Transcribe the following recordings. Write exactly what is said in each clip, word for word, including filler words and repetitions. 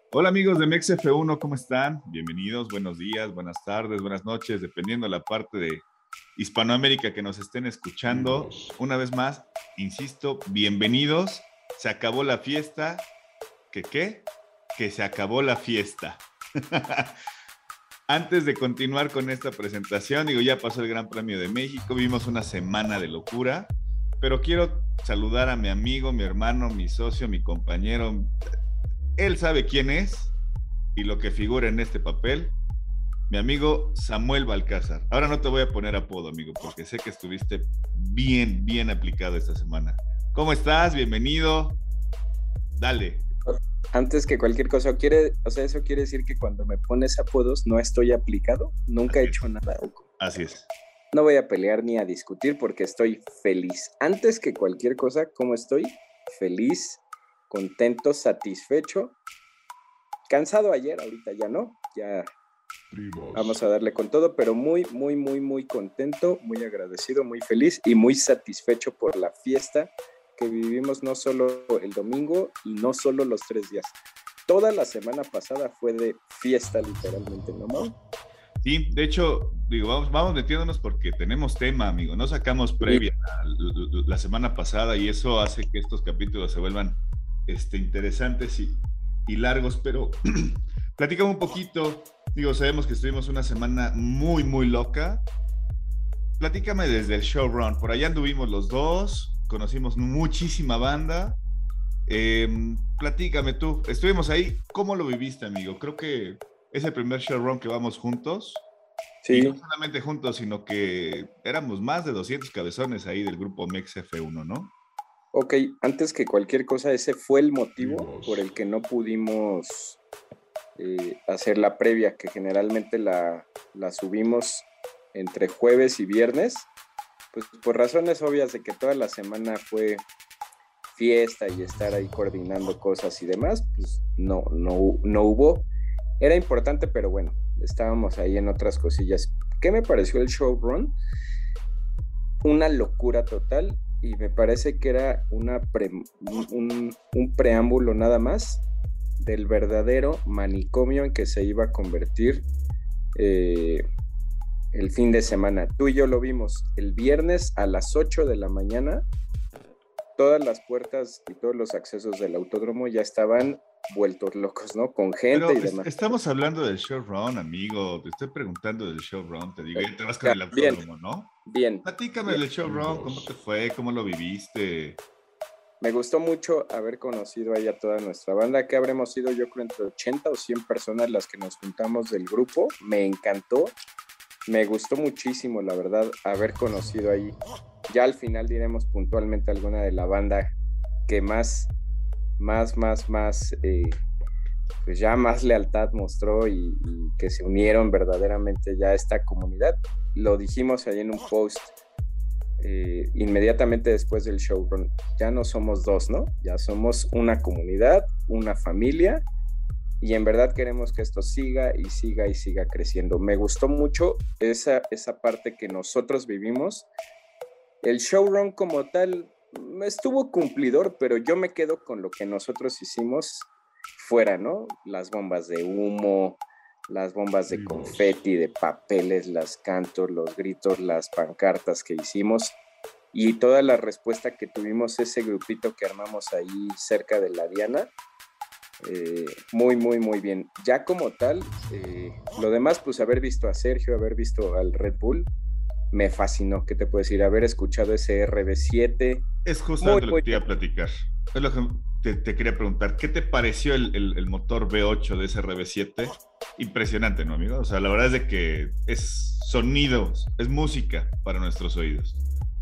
Hola amigos de Mex F uno, ¿cómo están? Bienvenidos, buenos días, buenas tardes, buenas noches, dependiendo de la parte de Hispanoamérica que nos estén escuchando. Una vez más, insisto, bienvenidos. Se acabó la fiesta. ¿Qué qué? Que se acabó la fiesta. Antes de continuar con esta presentación, digo, ya pasó el Gran Premio de México, vimos una semana de locura, pero quiero saludar a mi amigo, mi hermano, mi socio, mi compañero. Él sabe quién es y lo que figura en este papel, mi amigo Samuel Balcázar. Ahora no te voy a poner apodo, amigo, porque sé que estuviste bien, bien aplicado esta semana. ¿Cómo estás? Bienvenido. Dale. Antes que cualquier cosa, quiere, o sea, eso quiere decir que cuando me pones apodos no estoy aplicado, nunca Así he es. hecho nada. Así es. No voy a pelear ni a discutir porque estoy feliz. Antes que cualquier cosa, ¿cómo estoy? Feliz, contento, satisfecho. Cansado ayer, ahorita ya no, ya vamos a darle con todo, pero muy, muy, muy, muy contento, muy agradecido, muy feliz y muy satisfecho por la fiesta que vivimos no solo el domingo y no solo los tres días. Toda la semana pasada fue de fiesta literalmente, ¿no, Mau? Sí, de hecho, digo, vamos, vamos metiéndonos porque tenemos tema, amigo. No sacamos previa la, la semana pasada y eso hace que estos capítulos se vuelvan este, interesantes y, y largos, pero platícame un poquito. Digo, sabemos que estuvimos una semana muy, muy loca. Platícame desde el showrun. Por allá anduvimos los dos, conocimos muchísima banda. Eh, platícame tú, estuvimos ahí, ¿cómo lo viviste, amigo? Creo que es el primer showrun que vamos juntos. Y no Sí. solamente juntos, sino que éramos más de doscientos cabezones ahí del grupo Mex F uno, ¿no? Ok, antes que cualquier cosa, ese fue el motivo por el que no pudimos eh, hacer la previa, que generalmente la, la subimos entre jueves y viernes, pues por razones obvias de que toda la semana fue fiesta y estar ahí coordinando cosas y demás, pues no, no, no hubo. Era importante, pero bueno, estábamos ahí en otras cosillas. ¿Qué me pareció el showrun? Una locura total y me parece que era una pre, un, un preámbulo nada más del verdadero manicomio en que se iba a convertir eh, el fin de semana. Tú y yo lo vimos el viernes a las ocho de la mañana. Todas las puertas y todos los accesos del autódromo ya estaban vueltos locos, ¿no? Con gente Pero y es, demás. estamos hablando del showrun, amigo. Te estoy preguntando del showrun. Te digo, ya te vas con Ya, el bien, autódromo, ¿no? bien, Platícame bien. del showrun, ¿cómo te fue? ¿Cómo lo viviste? Me gustó mucho haber conocido ahí a toda nuestra banda, que habremos sido yo creo entre ochenta o cien personas las que nos juntamos del grupo. Me encantó, me gustó muchísimo, la verdad, haber conocido ahí. Ya al final diremos puntualmente alguna de la banda que más, más, más, más, eh, pues ya más lealtad mostró y, y que se unieron verdaderamente ya a esta comunidad. Lo dijimos ahí en un post eh, inmediatamente después del showrun. Ya no somos dos, ¿no? Ya somos una comunidad, una familia, y en verdad queremos que esto siga y siga y siga creciendo. Me gustó mucho esa, esa parte que nosotros vivimos. El showrun como tal estuvo cumplidor, pero yo me quedo con lo que nosotros hicimos fuera, ¿no? Las bombas de humo, las bombas de confeti, de papeles, las cantos, los gritos, las pancartas que hicimos y toda la respuesta que tuvimos ese grupito que armamos ahí cerca de la Diana. Eh, muy, muy, muy bien. Ya como tal, eh, lo demás, pues haber visto a Sergio, haber visto al Red Bull, me fascinó. ¿Qué te puedo decir? Haber escuchado ese R B siete. Es Muy, justamente lo que muy te iba bien. a platicar. Es lo que te, te quería preguntar. ¿Qué te pareció el, el, el motor V ocho de ese R B siete? Impresionante, ¿no, amigo? O sea, la verdad es de que es sonidos, es música para nuestros oídos.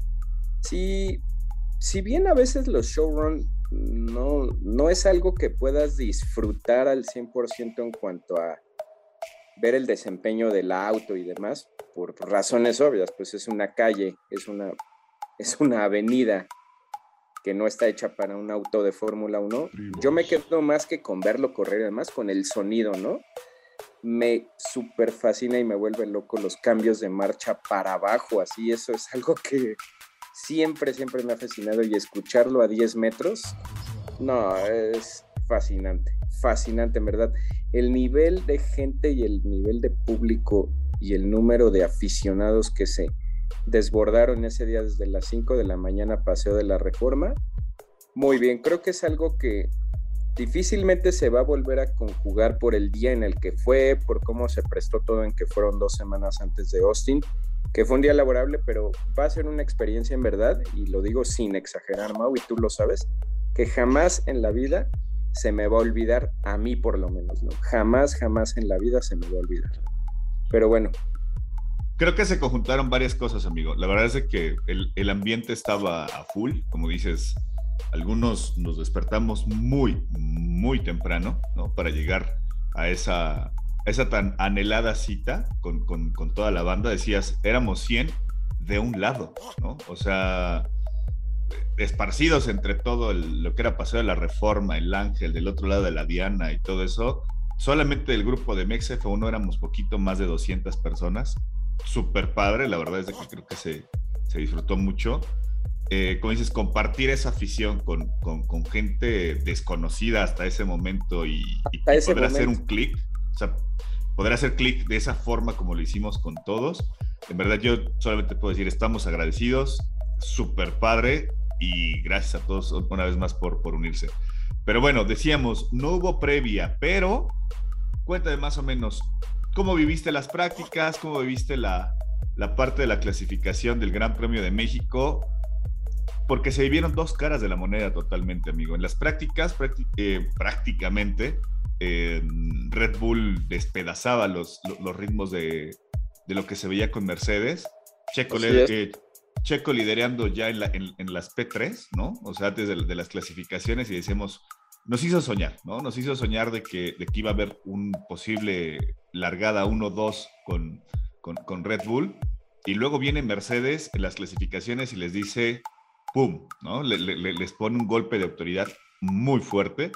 Sí, si bien a veces los showrun no, no es algo que puedas disfrutar al cien por ciento en cuanto a ver el desempeño del auto y demás, por razones obvias, pues es una calle, es una, es una avenida que no está hecha para un auto de Fórmula uno. Yo me quedo más que con verlo correr, además con el sonido, ¿no? Me súper fascina y me vuelve loco los cambios de marcha para abajo, así, eso es algo que siempre, siempre me ha fascinado y escucharlo a diez metros, no, es fascinante, fascinante, en verdad. El nivel de gente y el nivel de público y el número de aficionados que se desbordaron ese día desde las cinco de la mañana, Paseo de la Reforma, muy bien. Creo que es algo que difícilmente se va a volver a conjugar por el día en el que fue, por cómo se prestó todo, en que fueron dos semanas antes de Austin, que fue un día laborable, pero va a ser una experiencia en verdad, y lo digo sin exagerar, Mau, y tú lo sabes, que jamás en la vida se me va a olvidar, a mí por lo menos, ¿no? Jamás, jamás en la vida se me va a olvidar. Pero bueno. Creo que se conjuntaron varias cosas, amigo. La verdad es que el, el ambiente estaba a full, como dices. Algunos nos despertamos muy, muy temprano, ¿no? Para llegar a esa, esa tan anhelada cita con, con, con toda la banda. Decías, éramos cien de un lado, ¿no? O sea, esparcidos entre todo el, lo que era Paseo de la Reforma, el Ángel, del otro lado de la Diana y todo eso. Solamente el grupo de Mex F uno éramos poquito más de doscientas personas. Súper padre, la verdad es que creo que se, se disfrutó mucho. Eh, como dices, compartir esa afición con, con, con gente desconocida hasta ese momento y, y, y poder momento. hacer un clic, o sea, poder hacer clic de esa forma como lo hicimos con todos. En verdad yo solamente puedo decir, estamos agradecidos, súper padre, y gracias a todos una vez más por, por unirse. Pero bueno, decíamos, no hubo previa, pero cuéntame más o menos, ¿cómo viviste las prácticas? ¿Cómo viviste la, la parte de la clasificación del Gran Premio de México? Porque se vivieron dos caras de la moneda totalmente, amigo. En las prácticas, prácti- eh, prácticamente, eh, Red Bull despedazaba los, los, los ritmos de, de lo que se veía con Mercedes. Checo, le, eh, Checo liderando ya en, la, en, en las P tres, ¿no? O sea, antes de, de las clasificaciones, y decíamos, nos hizo soñar, ¿no? Nos hizo soñar de que, de que iba a haber un posible largada uno dos con, con, con Red Bull. Y luego viene Mercedes en las clasificaciones y les dice... ¡pum! ¿No? Le, le, les pone un golpe de autoridad muy fuerte,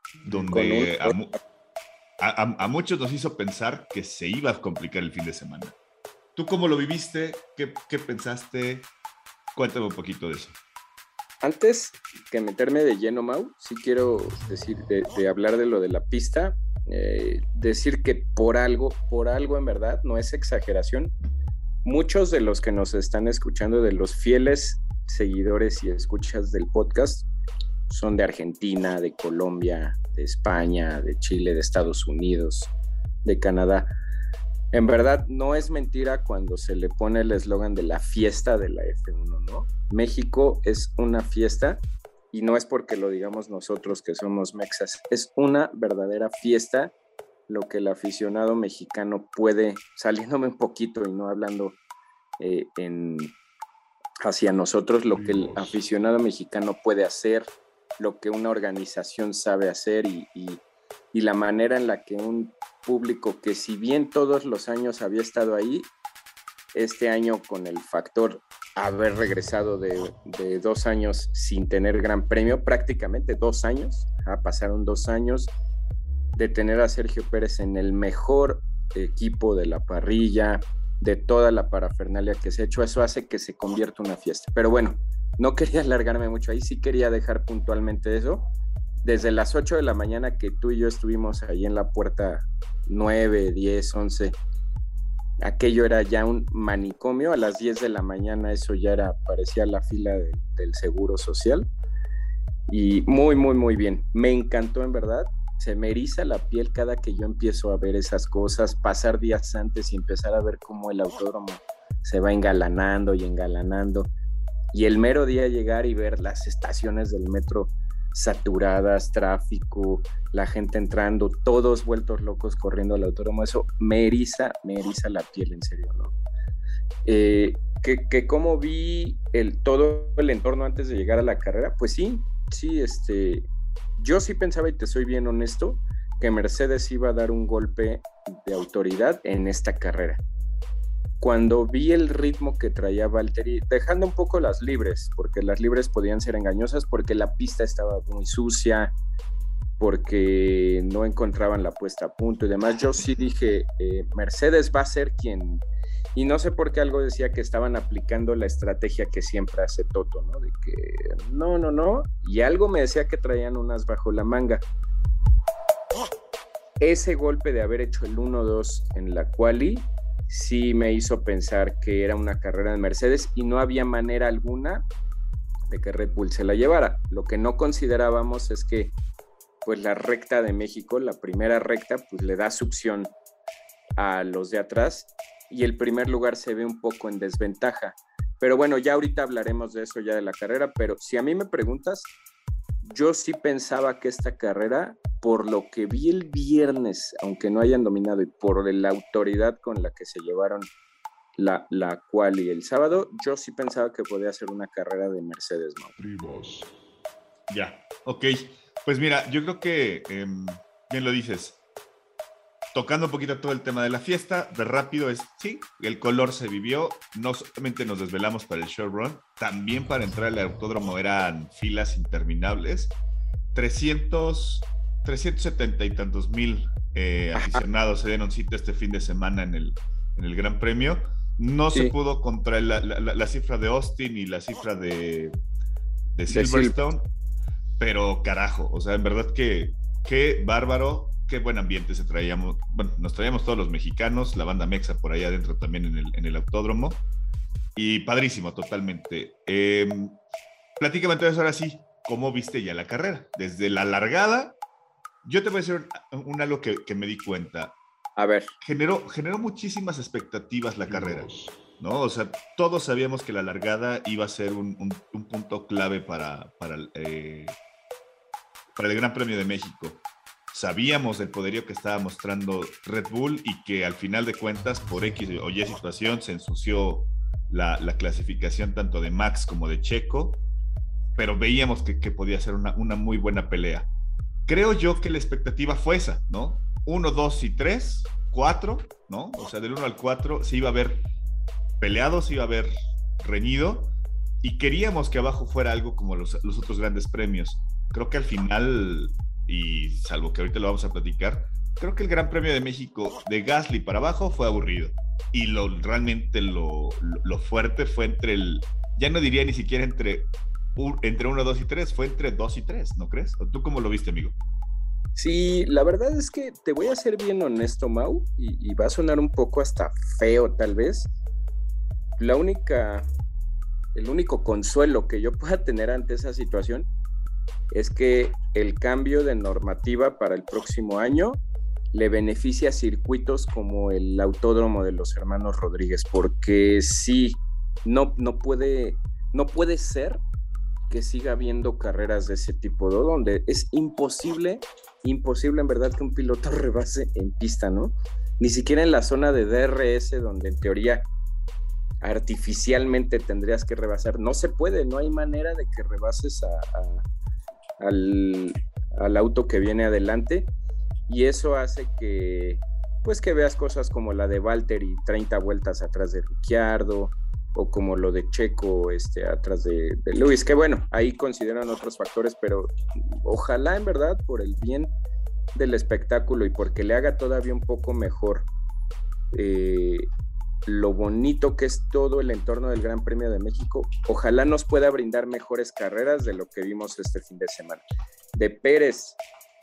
donde un... a, a, a muchos nos hizo pensar que se iba a complicar el fin de semana. ¿Tú cómo lo viviste? ¿Qué, qué pensaste? Cuéntame un poquito de eso. Antes que meterme de lleno, Mau, sí quiero decir, de, de hablar de lo de la pista, eh, decir que por algo, por algo en verdad, no es exageración, muchos de los que nos están escuchando, de los fieles seguidores y escuchas del podcast, son de Argentina, de Colombia, de España, de Chile, de Estados Unidos, de Canadá. En verdad, no es mentira cuando se le pone el eslogan de la fiesta de la F uno, ¿no? México es una fiesta, y no es porque lo digamos nosotros que somos mexas, es una verdadera fiesta lo que el aficionado mexicano puede, saliéndome un poquito y no hablando eh, en... hacia nosotros, lo que el aficionado mexicano puede hacer, lo que una organización sabe hacer, y, y, y la manera en la que un público que, si bien todos los años había estado ahí, este año con el factor haber regresado de, de dos años sin tener gran premio, prácticamente dos años, ah, pasaron dos años de tener a Sergio Pérez en el mejor equipo de la parrilla, de toda la parafernalia que se ha hecho, eso hace que se convierta en una fiesta. Pero bueno, no quería alargarme mucho ahí, sí quería dejar puntualmente eso. Desde las ocho de la mañana que tú y yo estuvimos ahí en la puerta nueve, diez, once, aquello era ya un manicomio. A las diez de la mañana eso ya era, parecía la fila de, del Seguro Social, y muy, muy, muy bien. Me encantó, en verdad. Se me eriza la piel cada que yo empiezo a ver esas cosas, pasar días antes y empezar a ver cómo el autódromo se va engalanando y engalanando, y el mero día llegar y ver las estaciones del metro saturadas, tráfico, la gente entrando, todos vueltos locos corriendo al autódromo, eso me eriza, me eriza la piel, en serio, ¿no? Eh, que, que cómo vi el, todo el entorno antes de llegar a la carrera, pues sí, sí, este... yo sí pensaba, y te soy bien honesto, que Mercedes iba a dar un golpe de autoridad en esta carrera. Cuando vi el ritmo que traía Valtteri, dejando un poco las libres, porque las libres podían ser engañosas, porque la pista estaba muy sucia, porque no encontraban la puesta a punto y demás, yo sí dije, eh, Mercedes va a ser quien... Y no sé por qué algo decía que estaban aplicando la estrategia que siempre hace Toto, ¿no? De que no, no, no. Y algo me decía que traían unas bajo la manga. ese golpe de haber hecho el uno dos en la quali sí me hizo pensar que era una carrera de Mercedes y no había manera alguna de que Red Bull se la llevara. Lo que no considerábamos es que pues la recta de México, la primera recta, pues le da succión a los de atrás y el primer lugar se ve un poco en desventaja. Pero bueno, ya ahorita hablaremos de eso ya de la carrera, pero si a mí me preguntas, yo sí pensaba que esta carrera, por lo que vi el viernes, aunque no hayan dominado y por la autoridad con la que se llevaron la, la quali el sábado, yo sí pensaba que podía ser una carrera de Mercedes, ¿no? Ya, ok. Pues mira, yo creo que, eh, bien lo dices, tocando un poquito todo el tema de la fiesta, de rápido es, sí, el color se vivió, no solamente nos desvelamos para el show run, también para entrar al autódromo eran filas interminables, trescientos, trescientos setenta y tantos mil eh, aficionados se dieron cita este fin de semana en el, en el Gran Premio, no sí. se pudo contra la, la, la, la cifra de Austin y la cifra de, de Silverstone, de pero carajo, o sea, en verdad que qué bárbaro, qué buen ambiente se traíamos, bueno, nos traíamos todos los mexicanos, la banda Mexa por allá adentro también en el, en el autódromo, y padrísimo totalmente. Eh, platícame entonces ahora sí, ¿cómo viste ya la carrera? Desde la largada, yo te voy a decir un, un algo que, que me di cuenta. A ver. Generó, generó muchísimas expectativas la carrera, ¿no? O sea, todos sabíamos que la largada iba a ser un, un, un punto clave para, para, eh, para el Gran Premio de México. Sabíamos del poderío que estaba mostrando Red Bull y que al final de cuentas, por X o Y situación, se ensució la, la clasificación tanto de Max como de Checo, pero veíamos que, que podía ser una, una muy buena pelea. Creo yo que la expectativa fue esa, ¿no? Uno, dos y tres, cuatro, ¿no? O sea, del uno al cuatro se iba a ver peleado, se iba a ver reñido y queríamos que abajo fuera algo como los, los otros grandes premios. Creo que al final, y salvo que ahorita lo vamos a platicar, creo que el Gran Premio de México de Gasly para abajo fue aburrido y lo, realmente lo, lo, lo fuerte fue entre el, ya no diría ni siquiera entre, entre uno, dos y tres, fue entre dos y tres, ¿no crees? ¿Tú cómo lo viste, amigo? Sí, la verdad es que te voy a ser bien honesto, Mau, y, y va a sonar un poco hasta feo tal vez. La única, el único consuelo que yo pueda tener ante esa situación es que el cambio de normativa para el próximo año le beneficia a circuitos como el Autódromo de los Hermanos Rodríguez, porque sí, no, no, puede, no puede ser que siga habiendo carreras de ese tipo, ¿no? Donde es imposible, imposible en verdad que un piloto rebase en pista, ¿no? Ni siquiera en la zona de D R S, donde en teoría artificialmente tendrías que rebasar, no se puede, no hay manera de que rebases a, a, al, al auto que viene adelante, y eso hace que pues que veas cosas como la de Valtteri treinta vueltas atrás de Ricciardo, o como lo de Checo este, atrás de, de Lewis, que bueno, ahí consideran otros factores, pero ojalá en verdad por el bien del espectáculo y porque le haga todavía un poco mejor eh, lo bonito que es todo el entorno del Gran Premio de México, ojalá nos pueda brindar mejores carreras de lo que vimos este fin de semana. De Pérez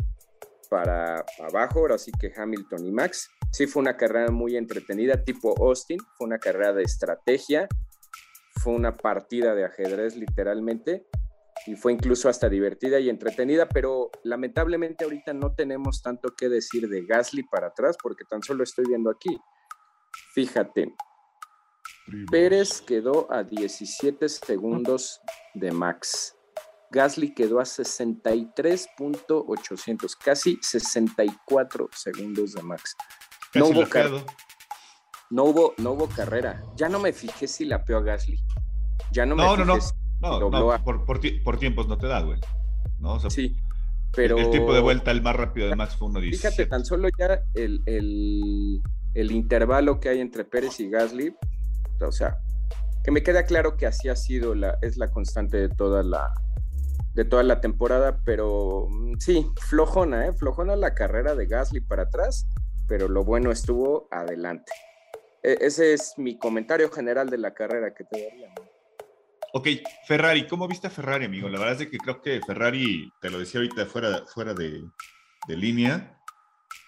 para abajo, ahora sí que Hamilton y Max, sí fue una carrera muy entretenida, tipo Austin, fue una carrera de estrategia, fue una partida de ajedrez literalmente, y fue incluso hasta divertida y entretenida, pero lamentablemente ahorita no tenemos tanto que decir de Gasly para atrás, porque tan solo estoy viendo aquí. Fíjate, Primos. Pérez quedó a diecisiete segundos de Max. Gasly quedó a sesenta y tres punto ochocientos, casi sesenta y cuatro segundos de Max. No hubo, car- no, hubo, no hubo carrera. Ya no me fijé si lapeó a Gasly. Ya no me no, fijé no, no, si no, no a... por, por, por tiempos no te da, güey. ¿No? O sea, sí, pero... El, el tiempo de vuelta, el más rápido de Max fue uno diecisiete. Fíjate, tan solo ya el, el, el intervalo que hay entre Pérez y Gasly, o sea, que me queda claro que así ha sido, la, es la constante de toda la... de toda la temporada, pero sí, flojona, ¿eh? Flojona la carrera de Gasly para atrás, pero lo bueno estuvo adelante. E- ese es mi comentario general de la carrera que te daría, ¿no? Ok, Ferrari, ¿cómo viste a Ferrari, amigo? La verdad es que creo que Ferrari, te lo decía ahorita fuera, fuera de, de línea,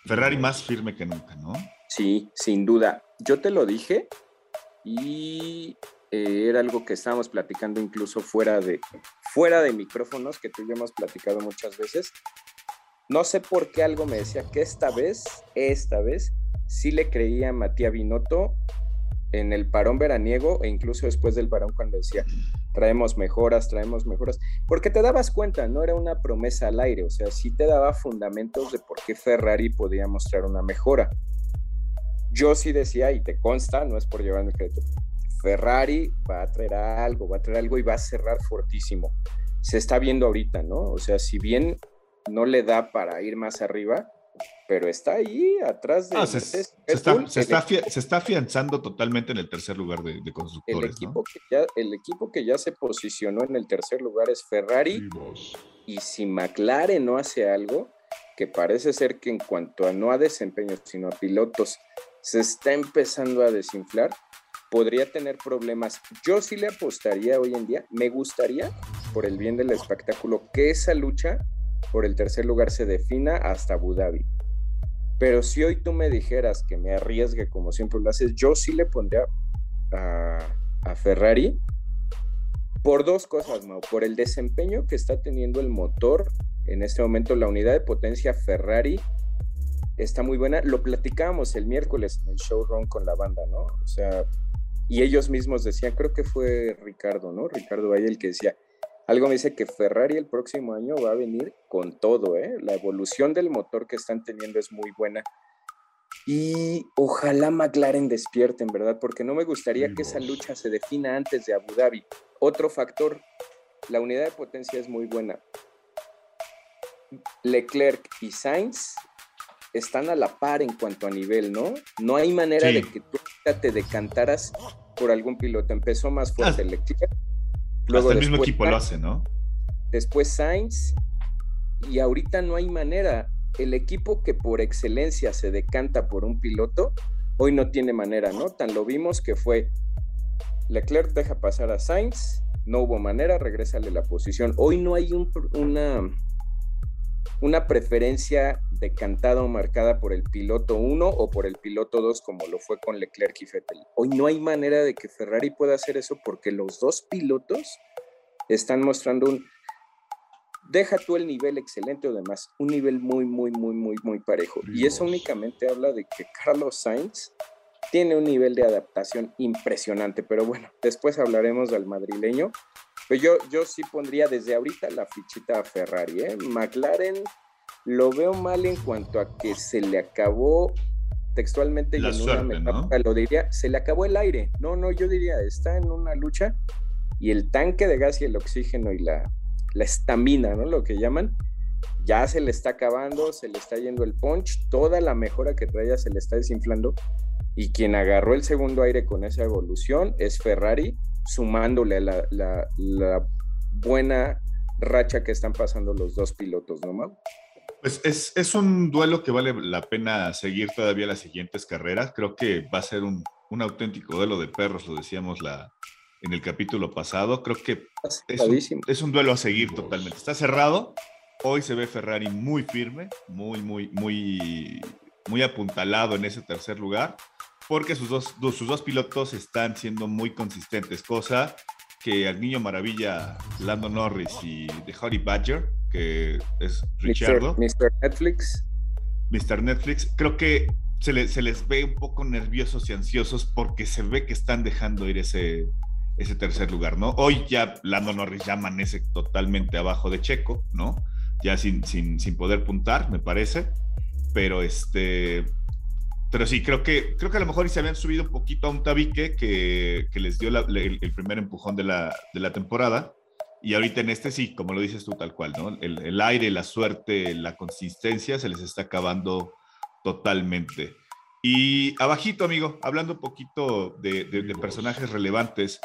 Ferrari más firme que nunca, ¿no? Sí, sin duda. Yo te lo dije y eh, era algo que estábamos platicando incluso fuera de, fuera de micrófonos, que tú y yo hemos platicado muchas veces. No sé por qué algo me decía que esta vez, esta vez, sí le creía a Matías Binotto en el parón veraniego e incluso después del parón cuando decía, traemos mejoras, traemos mejoras, porque te dabas cuenta, no era una promesa al aire, o sea, sí te daba fundamentos de por qué Ferrari podía mostrar una mejora. Yo sí decía, y te consta, no es por llevarme crédito, Ferrari va a traer algo, va a traer algo y va a cerrar fortísimo. Se está viendo ahorita, ¿no? O sea, si bien no le da para ir más arriba, pero está ahí atrás de ah, se, se, está, se, está fia, se está afianzando totalmente en el tercer lugar de, de constructores. El equipo, ¿no? que ya, el equipo que ya se posicionó en el tercer lugar es Ferrari, y si McLaren no hace algo, que parece ser que en cuanto a no a desempeño, sino a pilotos, se está empezando a desinflar, podría tener problemas. Yo sí le apostaría hoy en día, me gustaría, por el bien del espectáculo, que esa lucha por el tercer lugar se defina hasta Abu Dhabi. Pero si hoy tú me dijeras que me arriesgue como siempre lo haces, yo sí le pondría a, a Ferrari por dos cosas, Mau. Por el desempeño que está teniendo el motor en este momento, la unidad de potencia Ferrari está muy buena. Lo platicábamos el miércoles en el showrun con la banda, ¿no? O sea, y ellos mismos decían, creo que fue Ricardo, ¿no? Ricardo Valle el que decía, algo me dice que Ferrari el próximo año va a venir con todo, ¿eh? La evolución del motor que están teniendo es muy buena. Y ojalá McLaren despierte, en verdad, porque no me gustaría que esa lucha se defina antes de Abu Dhabi. Otro factor, la unidad de potencia es muy buena. Leclerc y Sainz están a la par en cuanto a nivel, ¿no? No hay manera sí. de que tú te decantaras por algún piloto. Empezó más fuerte ah. Leclerc. Luego hasta el mismo equipo lo hace, ¿no? Después Sainz, y ahorita no hay manera. El equipo que por excelencia se decanta por un piloto, hoy no tiene manera, ¿no? Tan lo vimos que fue Leclerc deja pasar a Sainz, no hubo manera, regrésale la posición. Hoy no hay un, una, una preferencia decantada o marcada por el piloto uno o por el piloto dos, como lo fue con Leclerc y Vettel. Hoy no hay manera de que Ferrari pueda hacer eso porque los dos pilotos están mostrando un, deja tú el nivel excelente o demás, un nivel muy, muy, muy, muy, muy parejo. Dios. Y eso únicamente habla de que Carlos Sainz tiene un nivel de adaptación impresionante, pero bueno, después hablaremos del madrileño. Pero yo, yo sí pondría desde ahorita la fichita a Ferrari, ¿eh? McLaren lo veo mal en cuanto a que se le acabó textualmente la y en suerte, una metáfora, ¿no? Lo diría, se le acabó el aire. No, no, yo diría, está en una lucha y el tanque de gas y el oxígeno y la, la estamina, ¿no? Lo que llaman, ya se le está acabando, se le está yendo el punch, toda la mejora que traía se le está desinflando y quien agarró el segundo aire con esa evolución es Ferrari, sumándole a la, la, la buena racha que están pasando los dos pilotos, ¿no, Mau? Pues es, es un duelo que vale la pena seguir todavía las siguientes carreras. Creo que va a ser un, un auténtico duelo de perros, lo decíamos la, en el capítulo pasado. Creo que es un, es un duelo a seguir totalmente. Está cerrado. Hoy se ve Ferrari muy firme, muy, muy, muy, muy apuntalado en ese tercer lugar, porque sus dos, dos, sus dos pilotos están siendo muy consistentes, cosa que al niño maravilla Lando Norris y The Honey Badger, que es Ricciardo. mister Netflix. mister Netflix. Creo que se, le, se les ve un poco nerviosos y ansiosos porque se ve que están dejando ir ese, ese tercer lugar, ¿no? Hoy ya Lando Norris ya amanece totalmente abajo de Checo, ¿no? Ya sin, sin, sin poder puntar, me parece. Pero este... Pero sí, creo que, creo que a lo mejor se habían subido un poquito a un tabique que, que les dio la, el, el primer empujón de la, de la temporada. Y ahorita en este sí, como lo dices tú tal cual, ¿no? El, el aire, la suerte, la consistencia se les está acabando totalmente. Y abajito, amigo, hablando un poquito de, de, de personajes relevantes,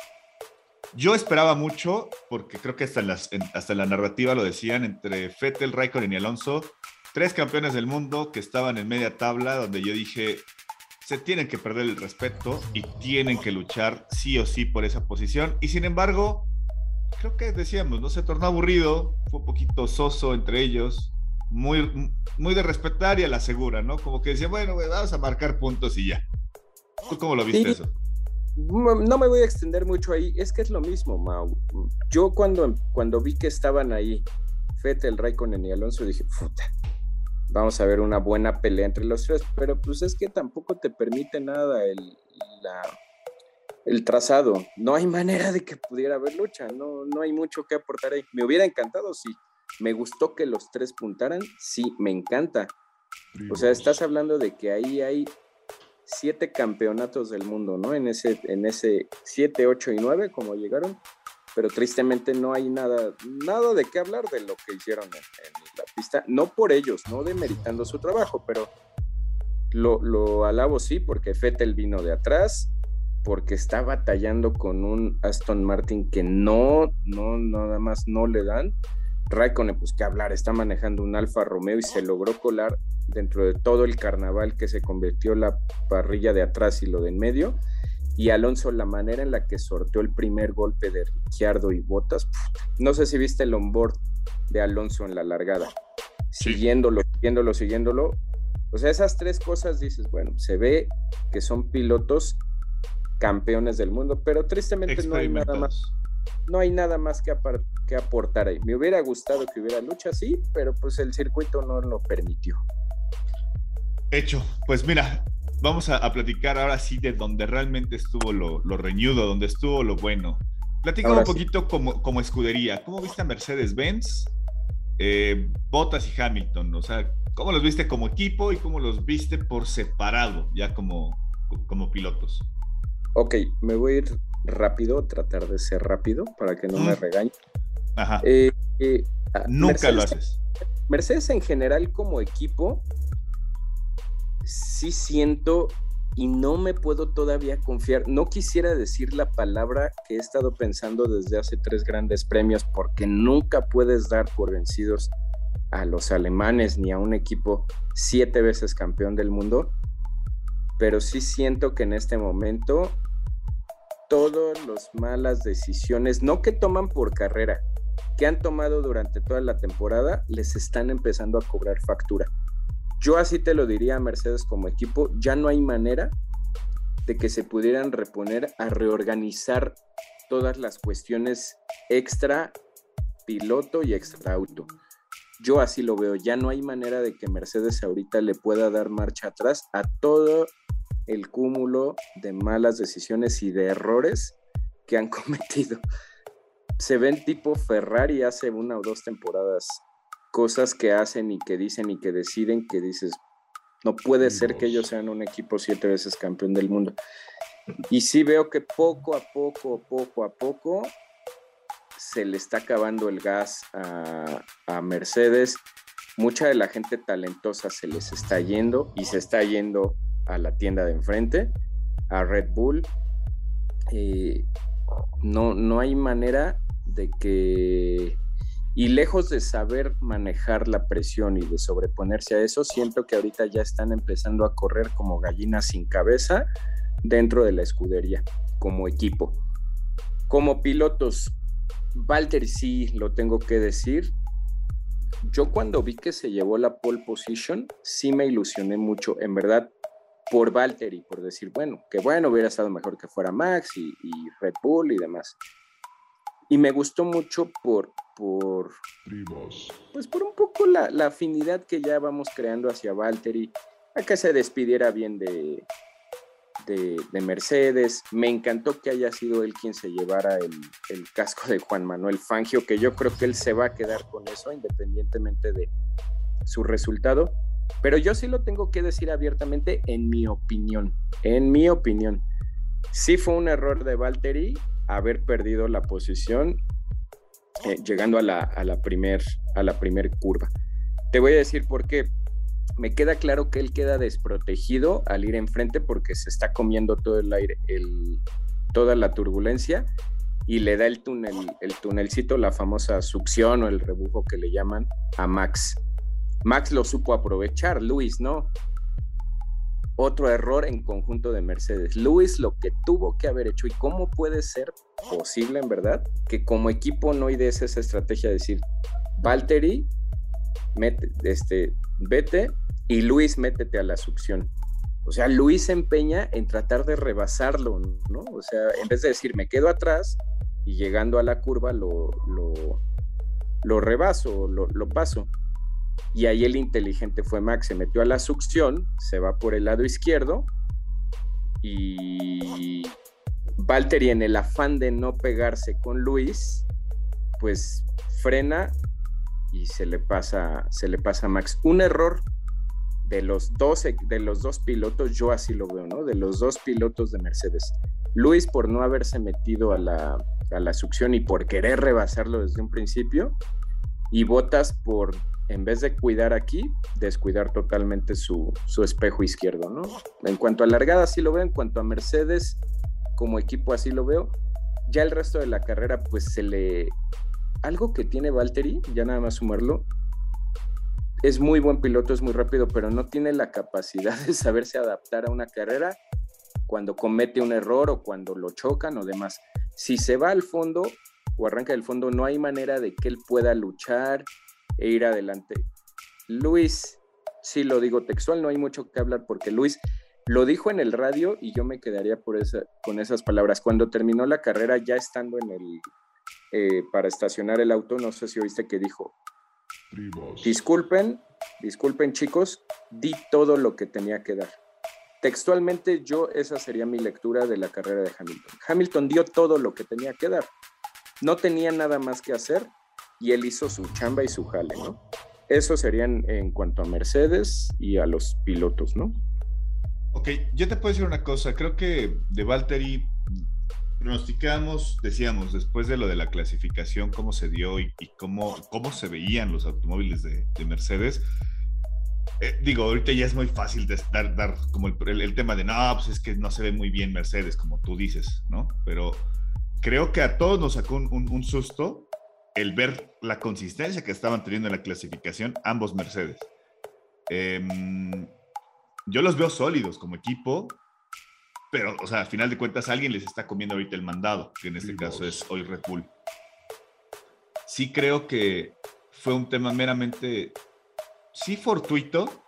yo esperaba mucho, porque creo que hasta en, las, en, hasta en la narrativa lo decían, entre Vettel, Raikkonen y Alonso, tres campeones del mundo que estaban en media tabla, donde yo dije, se tienen que perder el respeto y tienen que luchar sí o sí por esa posición. Y sin embargo, creo que decíamos, ¿no? Se tornó aburrido, fue un poquito soso entre ellos. muy, muy de respetar y a la segura, ¿no? Como que decía, bueno, güey, vamos a marcar puntos y ya. ¿Tú cómo lo viste Sí, eso? no me voy a extender mucho ahí, es que es lo mismo, Mau. Yo cuando, cuando vi que estaban ahí Vettel, Raikkonen y Alonso, dije, puta, vamos a ver una buena pelea entre los tres, pero pues es que tampoco te permite nada el, la, el trazado. No hay manera de que pudiera haber lucha, no, no hay mucho que aportar ahí. Me hubiera encantado, sí. Me gustó que los tres puntaran, sí, me encanta. O sea, estás hablando de que ahí hay siete campeonatos del mundo, ¿no? En ese, en ese siete, ocho y nueve, como llegaron, pero tristemente no hay nada, nada de qué hablar de lo que hicieron en, en la pista, no por ellos, no demeritando su trabajo, pero lo, lo alabo sí, porque Vettel vino de atrás, porque está batallando con un Aston Martin que no, no, nada más no le dan. Raikkonen, pues qué hablar, está manejando un Alfa Romeo y se logró colar dentro de todo el carnaval que se convirtió la parrilla de atrás y lo de en medio. Y Alonso, la manera en la que sorteó el primer golpe de Ricciardo y Bottas, no sé si viste el onboard de Alonso en la largada, sí. siguiéndolo, siguiéndolo, siguiéndolo. O sea, esas tres cosas dices, bueno, se ve que son pilotos campeones del mundo, pero tristemente no hay nada más. No hay nada más que, apart- que aportar ahí. Me hubiera gustado que hubiera lucha, sí, pero pues el circuito no lo permitió. Hecho, pues mira, vamos a, a platicar ahora sí de donde realmente estuvo lo, lo reñudo, donde estuvo lo bueno. Platícame un poquito sí. como, como escudería. ¿Cómo viste a Mercedes-Benz, eh, Bottas y Hamilton? O sea, ¿cómo los viste como equipo y cómo los viste por separado, ya como, como pilotos? Ok, me voy a ir rápido, tratar de ser rápido para que no mm. me regañe. Ajá. Eh, eh, Nunca Mercedes, lo haces. Mercedes en general como equipo, sí siento y no me puedo todavía confiar. No quisiera decir la palabra que he estado pensando desde hace tres grandes premios, porque nunca puedes dar por vencidos a los alemanes ni a un equipo siete veces campeón del mundo, pero sí siento que en este momento todas las malas decisiones, no que toman por carrera, que han tomado durante toda la temporada, les están empezando a cobrar factura. Yo así te lo diría a Mercedes como equipo, ya no hay manera de que se pudieran reponer a reorganizar todas las cuestiones extra piloto y extra auto. Yo así lo veo, ya no hay manera de que Mercedes ahorita le pueda dar marcha atrás a todo el cúmulo de malas decisiones y de errores que han cometido. Se ven tipo Ferrari hace una o dos temporadas, cosas que hacen y que dicen y que deciden que dices, no puede ser que ellos sean un equipo siete veces campeón del mundo. Y sí veo que poco a poco, poco a poco se le está acabando el gas a, a Mercedes. Mucha de la gente talentosa se les está yendo y se está yendo a la tienda de enfrente, a Red Bull. Eh, no, no hay manera de que, y lejos de saber manejar la presión y de sobreponerse a eso, siento que ahorita ya están empezando a correr como gallinas sin cabeza dentro de la escudería, como equipo. Como pilotos, Valtteri sí lo tengo que decir. Yo cuando vi que se llevó la pole position, sí me ilusioné mucho, en verdad, por Valtteri, por decir, bueno, que bueno, hubiera estado mejor que fuera Max y, y Red Bull y demás. Y me gustó mucho por, por pues por un poco la, la afinidad que ya vamos creando hacia Valtteri, a que se despidiera bien de, de, de Mercedes. Me encantó que haya sido él quien se llevara el, el casco de Juan Manuel Fangio, que yo creo que él se va a quedar con eso, independientemente de su resultado. Pero yo sí lo tengo que decir abiertamente, en mi opinión, en mi opinión, sí fue un error de Valtteri haber perdido la posición eh, llegando a la, a la primer, a la primer curva. Te voy a decir por qué. Me queda claro que él queda desprotegido al ir enfrente porque se está comiendo todo el aire, el, toda la turbulencia, y le da el túnel, el tunelcito, la famosa succión o el rebufo que le llaman a Max. Max lo supo aprovechar, Lewis no. Otro error en conjunto de Mercedes. Lewis lo que tuvo que haber hecho, y cómo puede ser posible en verdad que como equipo no idees esa estrategia de decir, Valtteri, mete, este, vete y Luis, métete a la succión. O sea, Luis se empeña en tratar de rebasarlo, ¿no? O sea, en vez de decir, me quedo atrás y llegando a la curva lo, lo, lo rebaso, lo, lo paso. Y ahí el inteligente fue Max, se metió a la succión, se va por el lado izquierdo y Valtteri, en el afán de no pegarse con Luis, pues frena y se le pasa, se le pasa a Max. Un error de los dos, de los dos pilotos, yo así lo veo, ¿no? De los dos pilotos de Mercedes. Luis por no haberse metido a la, a la succión y por querer rebasarlo desde un principio, y Bottas por, en vez de cuidar aquí, descuidar totalmente su, su espejo izquierdo, ¿no? En cuanto a largada así lo veo, en cuanto a Mercedes como equipo así lo veo. Ya el resto de la carrera pues se le... Algo que tiene Valtteri, ya nada más sumarlo, es muy buen piloto, es muy rápido, pero no tiene la capacidad de saberse adaptar a una carrera cuando comete un error o cuando lo chocan o demás. Si se va al fondo o arranca del fondo, no hay manera de que él pueda luchar e ir adelante. Luis, sí lo digo textual, no hay mucho que hablar porque Luis lo dijo en el radio y yo me quedaría por esa, con esas palabras. Cuando terminó la carrera, ya estando en el eh, para estacionar el auto, no sé si oíste que dijo: Disculpen, disculpen chicos, di todo lo que tenía que dar. Textualmente yo, esa sería mi lectura de la carrera de Hamilton. Hamilton dio todo lo que tenía que dar. No tenía nada más que hacer y él hizo su chamba y su jale, ¿no? Eso sería en, en cuanto a Mercedes y a los pilotos, ¿no? Ok, yo te puedo decir una cosa. Creo que de Valtteri pronosticamos, decíamos, después de lo de la clasificación, cómo se dio y, y cómo, cómo se veían los automóviles de, de Mercedes. Eh, digo, ahorita ya es muy fácil de dar, dar como el, el, el tema de, no, pues es que no se ve muy bien Mercedes, como tú dices, ¿no? Pero creo que a todos nos sacó un, un, un susto el ver la consistencia que estaban teniendo en la clasificación ambos Mercedes. Eh, yo los veo sólidos como equipo, pero, o sea, al final de cuentas, alguien les está comiendo ahorita el mandado, que en este caso es hoy Red Bull. Sí creo que fue un tema meramente, sí fortuito,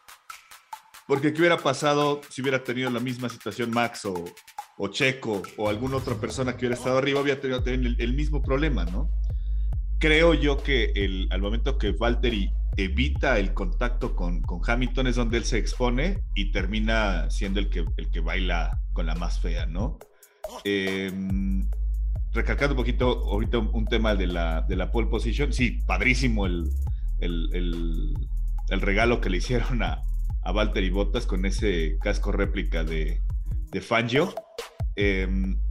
porque ¿qué hubiera pasado si hubiera tenido la misma situación Max o, o Checo o alguna otra persona que hubiera estado arriba? Hubiera tenido el, el mismo problema, ¿no? Creo yo que el, al momento que Valtteri evita el contacto con, con Hamilton es donde él se expone y termina siendo el que, el que baila con la más fea, ¿no? Eh, recalcando un poquito ahorita un, un tema de la, de la pole position, sí, padrísimo el, el, el, el regalo que le hicieron a, a Valtteri Bottas con ese casco réplica de, de Fangio. Eh,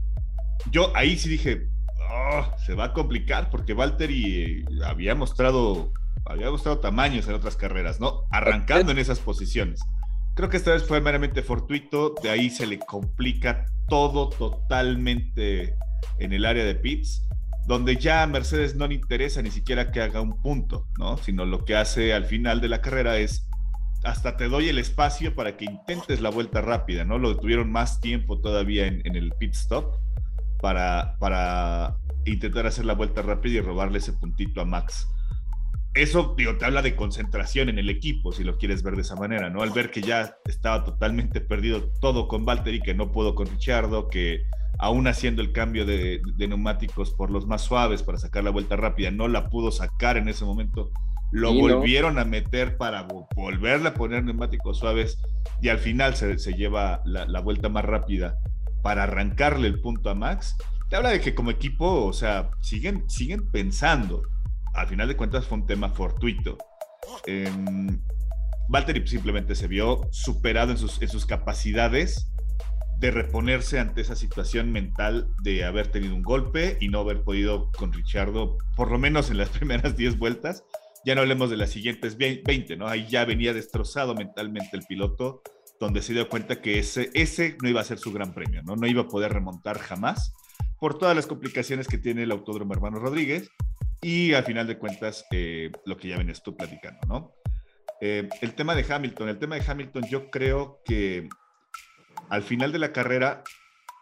yo ahí sí dije, oh, se va a complicar porque Valtteri había mostrado había mostrado tamaños en otras carreras, ¿no? Arrancando en esas posiciones. Creo que esta vez fue meramente fortuito, de ahí se le complica todo totalmente en el área de pits, donde ya a Mercedes no le interesa ni siquiera que haga un punto, ¿no? Sino lo que hace al final de la carrera es, hasta te doy el espacio para que intentes la vuelta rápida, ¿no? Lo detuvieron más tiempo todavía en, en el pit stop para, para intentar hacer la vuelta rápida y robarle ese puntito a Max. Eso, digo, te habla de concentración en el equipo, si lo quieres ver de esa manera, ¿no? Al ver que ya estaba totalmente perdido todo con Valtteri, que no pudo con Ricciardo, que aún haciendo el cambio de, de neumáticos por los más suaves para sacar la vuelta rápida, no la pudo sacar en ese momento. Lo sí, volvieron ¿no? a meter para volverle a poner neumáticos suaves y al final se, se lleva la, la vuelta más rápida para arrancarle el punto a Max. Te habla de que como equipo, o sea, siguen, siguen pensando. Al final de cuentas fue un tema fortuito. Eh, Valtteri simplemente se vio superado en sus, en sus capacidades de reponerse ante esa situación mental de haber tenido un golpe y no haber podido con Ricciardo, por lo menos en las primeras diez vueltas. Ya no hablemos de las siguientes veinte, ¿no? Ahí ya venía destrozado mentalmente el piloto, donde se dio cuenta que ese, ese no iba a ser su gran premio, ¿no? No iba a poder remontar jamás por todas las complicaciones que tiene el Autódromo Hermanos Rodríguez. Y al final de cuentas, eh, lo que ya venías tú platicando, ¿no? Eh, el tema de Hamilton, el tema de Hamilton, yo creo que al final de la carrera,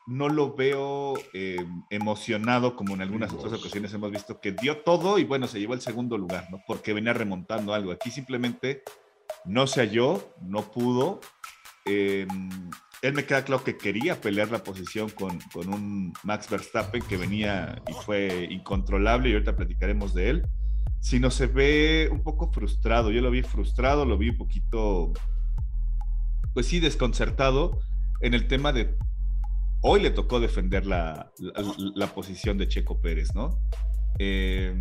no lo veo eh, emocionado como en algunas otras ocasiones hemos visto que dio todo y bueno, se llevó el segundo lugar, ¿no? Porque venía remontando algo. Aquí simplemente no se halló, no pudo. Eh, él me queda claro que quería pelear la posición con, con un Max Verstappen que venía y fue incontrolable y ahorita platicaremos de él. Sino se ve un poco frustrado. Yo lo vi frustrado, lo vi un poquito, pues sí, desconcertado en el tema de hoy le tocó defender la, la, la posición de Checo Pérez, ¿no? Eh,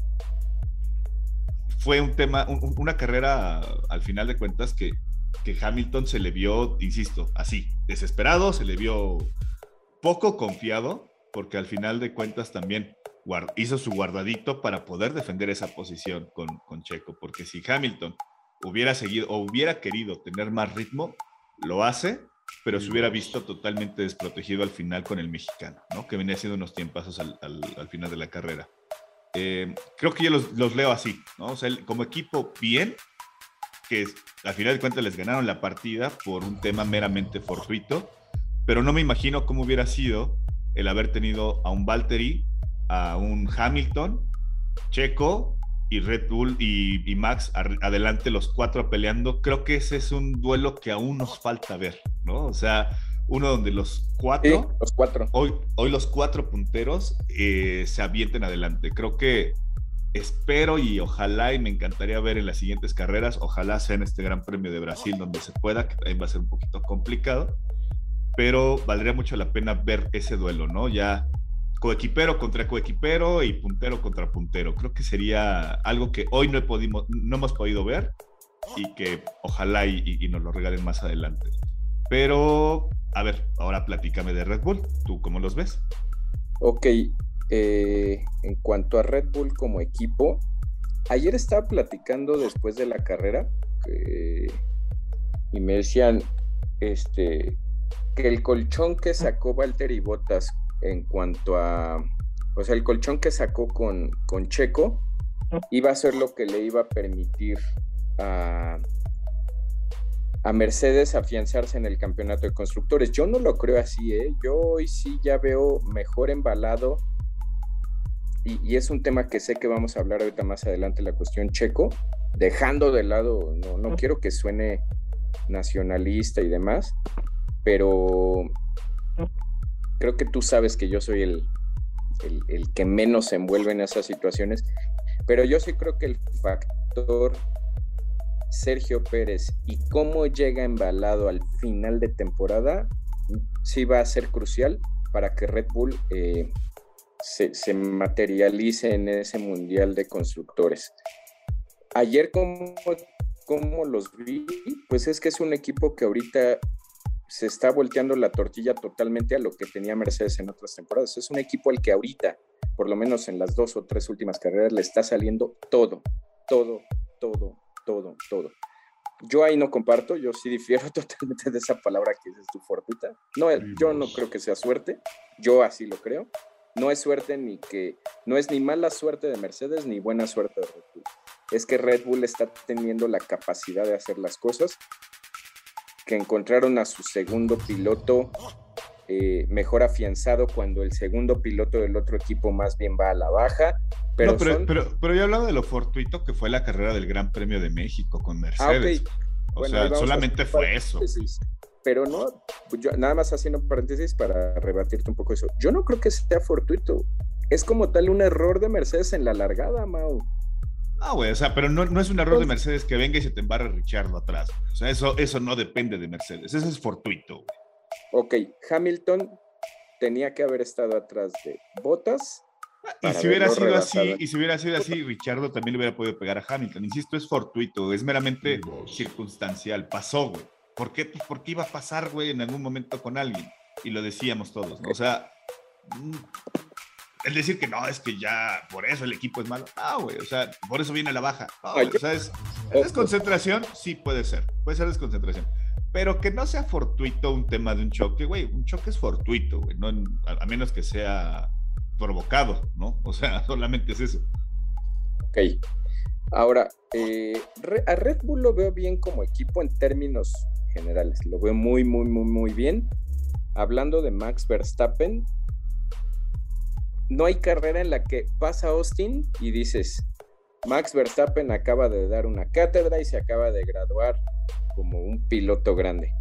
fue un tema, un, una carrera al final de cuentas que, que Hamilton se le vio, insisto, así, desesperado, se le vio poco confiado, porque al final de cuentas también guard, hizo su guardadito para poder defender esa posición con, con Checo, porque si Hamilton hubiera seguido o hubiera querido tener más ritmo, lo hace, pero se hubiera visto totalmente desprotegido al final con el mexicano, ¿no? Que venía haciendo unos tiempazos al, al, al final de la carrera. Eh, creo que yo los, los leo así, ¿no? O sea, el, como equipo bien, que al final de cuentas les ganaron la partida por un tema meramente fortuito, pero no me imagino cómo hubiera sido el haber tenido a un Valtteri, a un Hamilton, Checo y Red Bull y, y Max adelante, los cuatro peleando. Creo que ese es un duelo que aún nos falta ver, ¿no? O sea, uno donde los cuatro, sí, los cuatro. Hoy, hoy los cuatro punteros eh, se avienten adelante. Creo que espero y ojalá y me encantaría ver en las siguientes carreras, ojalá sea en este Gran Premio de Brasil donde se pueda, que también va a ser un poquito complicado, pero valdría mucho la pena ver ese duelo, ¿no? Ya coequipero contra coequipero y puntero contra puntero. Creo que sería algo que hoy no, he podido, no hemos podido ver y que ojalá y, y, y nos lo regalen más adelante. Pero, a ver, ahora platícame de Red Bull. ¿Tú cómo los ves? Ok, eh, en cuanto a Red Bull como equipo, ayer estaba platicando después de la carrera que, y me decían este, que el colchón que sacó Valtteri Bottas en cuanto a, o sea, el colchón que sacó con, con Checo iba a ser lo que le iba a permitir a, a Mercedes afianzarse en el campeonato de constructores. Yo no lo creo así, ¿eh? Yo hoy sí ya veo mejor embalado y, y es un tema que sé que vamos a hablar ahorita más adelante, la cuestión Checo, dejando de lado, no, no quiero que suene nacionalista y demás, pero creo que tú sabes que yo soy el, el, el que menos se envuelve en esas situaciones, pero yo sí creo que el factor Sergio Pérez y cómo llega embalado al final de temporada sí va a ser crucial para que Red Bull eh, se, se materialice en ese mundial de constructores. Ayer como, como los vi, pues es que es un equipo que ahorita se está volteando la tortilla totalmente a lo que tenía Mercedes en otras temporadas. Es un equipo al que ahorita, por lo menos en las dos o tres últimas carreras, le está saliendo todo, todo, todo, todo, todo. Yo ahí no comparto, yo sí difiero totalmente de esa palabra que dices tú, fortuita. No, yo no creo que sea suerte, yo así lo creo. No es suerte ni que, no es ni mala suerte de Mercedes ni buena suerte de Red Bull. Es que Red Bull está teniendo la capacidad de hacer las cosas, que encontraron a su segundo piloto eh, mejor afianzado cuando el segundo piloto del otro equipo más bien va a la baja. Pero, no, pero, son... pero, pero yo hablaba de lo fortuito que fue la carrera del Gran Premio de México con Mercedes. Ah, okay. O bueno, sea, solamente fue eso. Pero no, yo, nada más haciendo paréntesis para rebatirte un poco eso. Yo no creo que sea fortuito. Es como tal un error de Mercedes en la largada, Mau. Ah, güey, o sea, pero no, no es un error de Mercedes que venga y se te embarre Richardo atrás. O sea, eso, eso no depende de Mercedes. Eso es fortuito, güey. Ok, Hamilton tenía que haber estado atrás de Bottas. Y si hubiera sido así, y si hubiera sido así, Richardo también le hubiera podido pegar a Hamilton. Insisto, es fortuito, es meramente circunstancial. Pasó, güey. ¿Por qué? Pues porque iba a pasar, güey, en algún momento con alguien. Y lo decíamos todos, ¿no? O sea, el decir que no, es que ya por eso el equipo es malo. Ah, güey, o sea, por eso viene a la baja. No, güey, o sea, es, es desconcentración, sí puede ser. Puede ser desconcentración. Pero que no sea fortuito un tema de un choque, güey. Un choque es fortuito, güey. No, a, a menos que sea provocado, ¿no? O sea, solamente es eso. Ok. Ahora, eh, a Red Bull lo veo bien como equipo en términos generales. Lo veo muy, muy, muy, muy bien. hablando de Max Verstappen, no hay carrera en la que pasa Austin y dices, Max Verstappen acaba de dar una cátedra y se acaba de graduar como un piloto grande.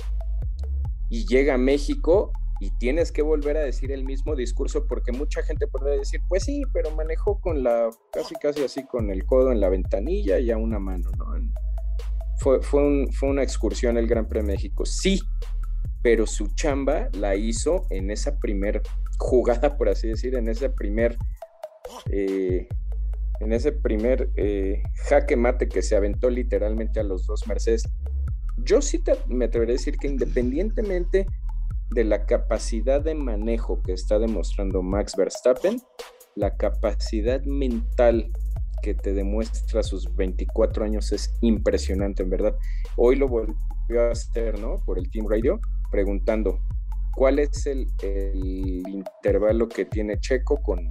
Y llega a México y tienes que volver a decir el mismo discurso, porque mucha gente puede decir, pues sí, pero manejó con la, casi casi así con el codo en la ventanilla y a una mano, ¿no? Fue, fue, un, fue una excursión el Gran Premio de México, sí, pero su chamba la hizo en esa primer jugada, por así decir, en ese primer eh, en ese primer eh, jaque mate que se aventó literalmente a los dos Mercedes. Yo sí te, me atrevería a decir que independientemente de la capacidad de manejo que está demostrando Max Verstappen, la capacidad mental que te demuestra a sus veinticuatro años es impresionante, en verdad. Hoy lo volvió a hacer, ¿no? Por el Team Radio, preguntando cuál es el, el intervalo que tiene Checo con,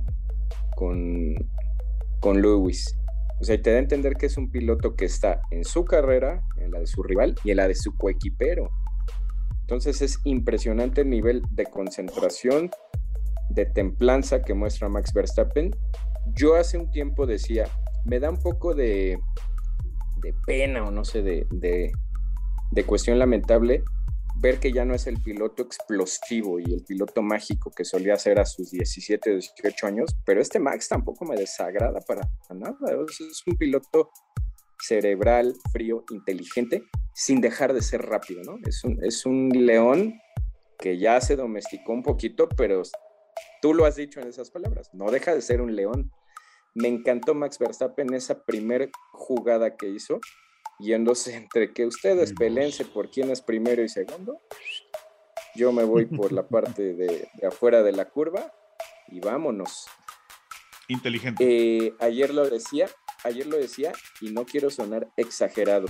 con, con Lewis. O sea, te da a entender que es un piloto que está en su carrera, en la de su rival y en la de su coequipero. Entonces es impresionante el nivel de concentración, de templanza que muestra Max Verstappen. Yo hace un tiempo decía, me da un poco de, de pena o no sé, de, de, de cuestión lamentable ver que ya no es el piloto explosivo y el piloto mágico que solía ser a sus diecisiete, dieciocho años, pero este Max tampoco me desagrada para nada. Es un piloto cerebral, frío, inteligente, sin dejar de ser rápido, ¿no? Es un, es un león que ya se domesticó un poquito, pero tú lo has dicho en esas palabras, no deja de ser un león. Me encantó Max Verstappen esa primer jugada que hizo, yéndose entre que ustedes pelense por quién es primero y segundo, yo me voy por la parte de, de afuera de la curva y vámonos. Inteligente. Eh, ayer lo decía, ayer lo decía y no quiero sonar exagerado.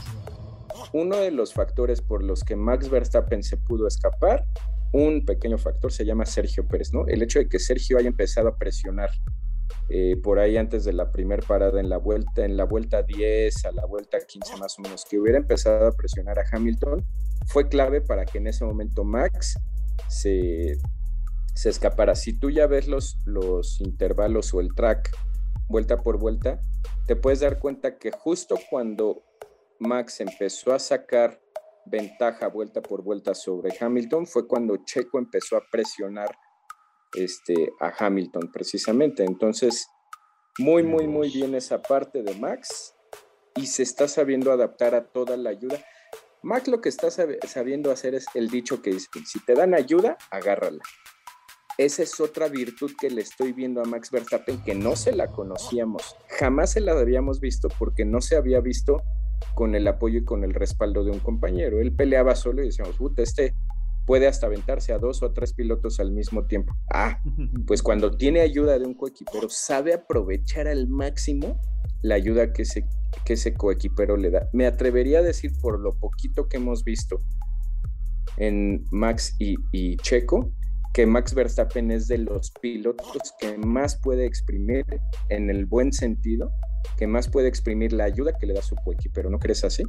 Uno de los factores por los que Max Verstappen se pudo escapar, un pequeño factor se llama Sergio Pérez, ¿no? El hecho de que Sergio haya empezado a presionar eh, por ahí antes de la primera parada en la vuelta, en la vuelta diez a la vuelta quince más o menos, que hubiera empezado a presionar a Hamilton, fue clave para que en ese momento Max se, se escapara. Si tú ya ves los, los intervalos o el track vuelta por vuelta, te puedes dar cuenta que justo cuando Max empezó a sacar ventaja vuelta por vuelta sobre Hamilton fue cuando Checo empezó a presionar este, a Hamilton precisamente. Entonces, muy, muy, muy bien esa parte de Max y se está sabiendo adaptar a toda la ayuda. Max lo que está sab- sabiendo hacer es el dicho que dice, si te dan ayuda, agárrala. Esa es otra virtud que le estoy viendo a Max Verstappen que no se la conocíamos, jamás se la habíamos visto porque no se había visto con el apoyo y con el respaldo de un compañero. Él peleaba solo y decíamos, puta, este puede hasta aventarse a dos o a tres pilotos al mismo tiempo. Ah, pues cuando tiene ayuda de un coequipero, sabe aprovechar al máximo la ayuda que ese, que ese coequipero le da. Me atrevería a decir, por lo poquito que hemos visto en Max y, y Checo, que Max Verstappen es de los pilotos que más puede exprimir, en el buen sentido, que más puede exprimir la ayuda que le da su coequipero. ¿No crees así?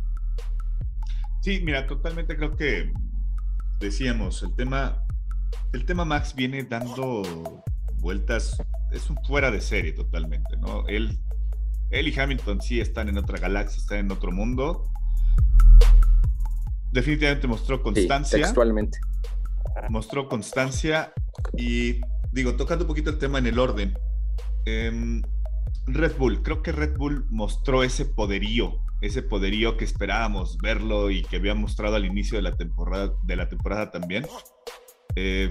Sí, mira, totalmente creo que decíamos, el tema, el tema Max viene dando vueltas, es un fuera de serie totalmente, ¿no? Él, él y Hamilton sí están en otra galaxia, están en otro mundo. Definitivamente mostró constancia. Sí, textualmente. Mostró constancia y, digo, tocando un poquito el tema en el orden, eh, Red Bull, creo que Red Bull mostró ese poderío, ese poderío que esperábamos verlo y que había mostrado al inicio de la temporada, de la temporada también, eh,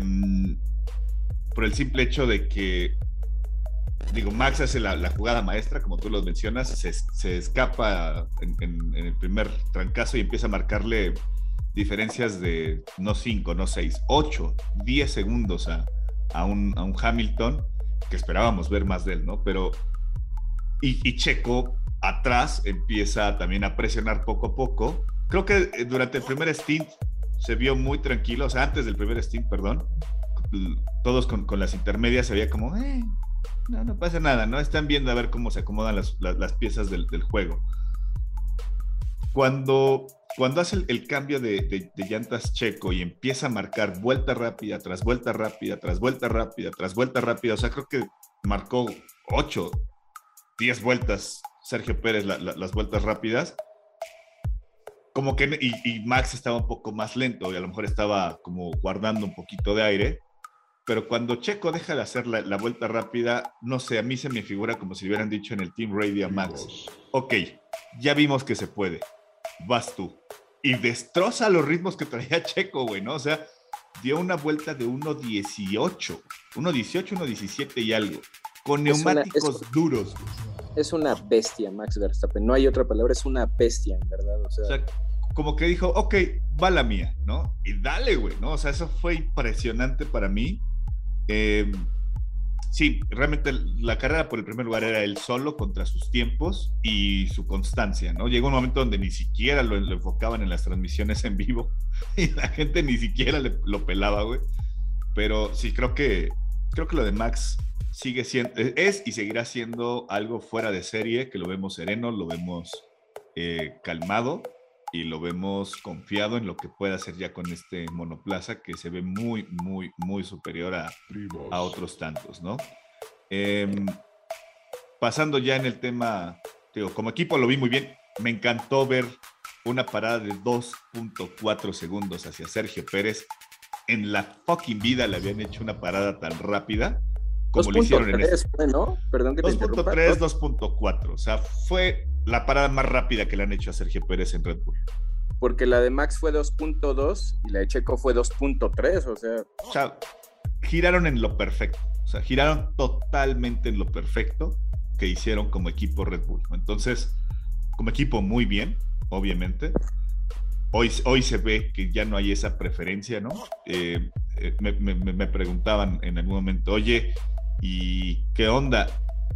por el simple hecho de que, digo, Max hace la, la jugada maestra, como tú lo mencionas, se, se escapa en, en, en el primer trancazo y empieza a marcarle diferencias de no cinco, no seis, ocho, diez segundos a, a, un, a un Hamilton que esperábamos ver más de él, ¿no? Pero y, y Checo atrás empieza también a presionar poco a poco. Creo que durante el primer stint se vio muy tranquilo, o sea, antes del primer stint, perdón, todos con, con las intermedias se veía como, eh, no, no pasa nada, ¿no? Están viendo a ver cómo se acomodan las, las, las piezas del, del juego. Cuando cuando hace el, el cambio de, de, de llantas Checo y empieza a marcar vuelta rápida, tras vuelta rápida, tras vuelta rápida, tras vuelta rápida, o sea, creo que marcó ocho, diez vueltas Sergio Pérez, la, la, las vueltas rápidas, como que, y, y Max estaba un poco más lento y a lo mejor estaba como guardando un poquito de aire, pero cuando Checo deja de hacer la, la vuelta rápida, no sé, a mí se me figura como si hubieran dicho en el Team Radio a Max, ok, ya vimos que se puede, vas tú. Y destroza los ritmos que traía Checo, güey, ¿no? O sea, dio una vuelta de uno dieciocho, uno dieciocho, uno diecisiete y algo, con es neumáticos una, es, duros. Es una bestia, Max Verstappen, no hay otra palabra, es una bestia, en verdad, o sea... O sea, como que dijo, ok, va la mía, ¿no? Y dale, güey, ¿no? O sea, eso fue impresionante para mí. Eh, sí, realmente la carrera por el primer lugar era él solo contra sus tiempos y su constancia, ¿no? Llegó un momento donde ni siquiera lo, lo enfocaban en las transmisiones en vivo y la gente ni siquiera le, lo pelaba, güey. Pero sí, creo que, creo que lo de Max sigue siendo, es y seguirá siendo algo fuera de serie, que lo vemos sereno, lo vemos eh, calmado y lo vemos confiado en lo que puede hacer ya con este monoplaza que se ve muy, muy, muy superior a, a otros tantos, ¿no? Eh, pasando ya en el tema, digo, como equipo lo vi muy bien, me encantó ver una parada de dos punto cuatro segundos hacia Sergio Pérez. En la fucking vida le habían hecho una parada tan rápida como lo hicieron en este. Fue, ¿no? Perdón que te interrumpa. dos punto tres, dos punto cuatro, o sea, fue la parada más rápida que le han hecho a Sergio Pérez en Red Bull. Porque la de Max fue dos punto dos y la de Checo fue dos punto tres, o sea... O sea, giraron en lo perfecto, o sea, giraron totalmente en lo perfecto que hicieron como equipo Red Bull. Entonces, como equipo muy bien, obviamente. Hoy, hoy se ve que ya no hay esa preferencia, ¿no? Eh, eh, me, me, me preguntaban en algún momento, oye, ¿y qué onda?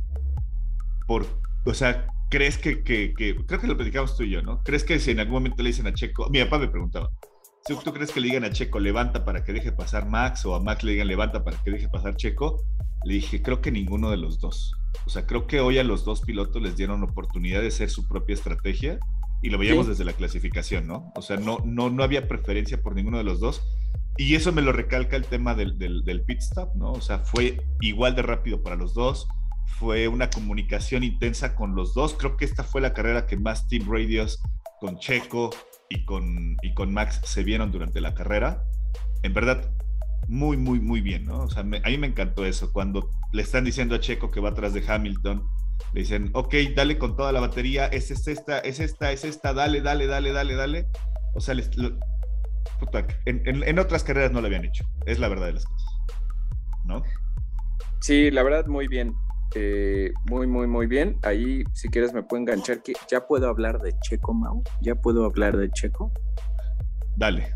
Por, o sea, ¿crees que, que, que, creo que lo platicamos tú y yo, ¿no? ¿Crees que si en algún momento le dicen a Checo, mi papá me preguntaba, si tú crees que le digan a Checo, levanta para que deje pasar Max, o a Max le digan, levanta para que deje pasar Checo? Le dije, creo que ninguno de los dos. O sea, creo que hoy a los dos pilotos les dieron oportunidad de hacer su propia estrategia y lo veíamos sí. desde la clasificación, ¿no? O sea, no, no, no había preferencia por ninguno de los dos. Y eso me lo recalca el tema del, del, del pit stop, ¿no? O sea, fue igual de rápido para los dos, fue una comunicación intensa con los dos. Creo que esta fue la carrera que más Team Radios con Checo y con, y con Max se vieron durante la carrera. En verdad, muy, muy, muy bien, ¿no? O sea, me, a mí me encantó eso. Cuando le están diciendo a Checo que va atrás de Hamilton, le dicen, ok, dale con toda la batería, es, es esta, es esta, es esta, dale, dale, dale, dale, dale. O sea, les, lo, puta, en, en, en otras carreras no lo habían hecho. Es la verdad de las cosas, ¿no? Sí, la verdad, muy bien. Eh, muy, muy, muy bien. Ahí, si quieres, me puedo enganchar. Que ¿ya puedo hablar de Checo, Mau? ¿Ya puedo hablar de Checo? Dale.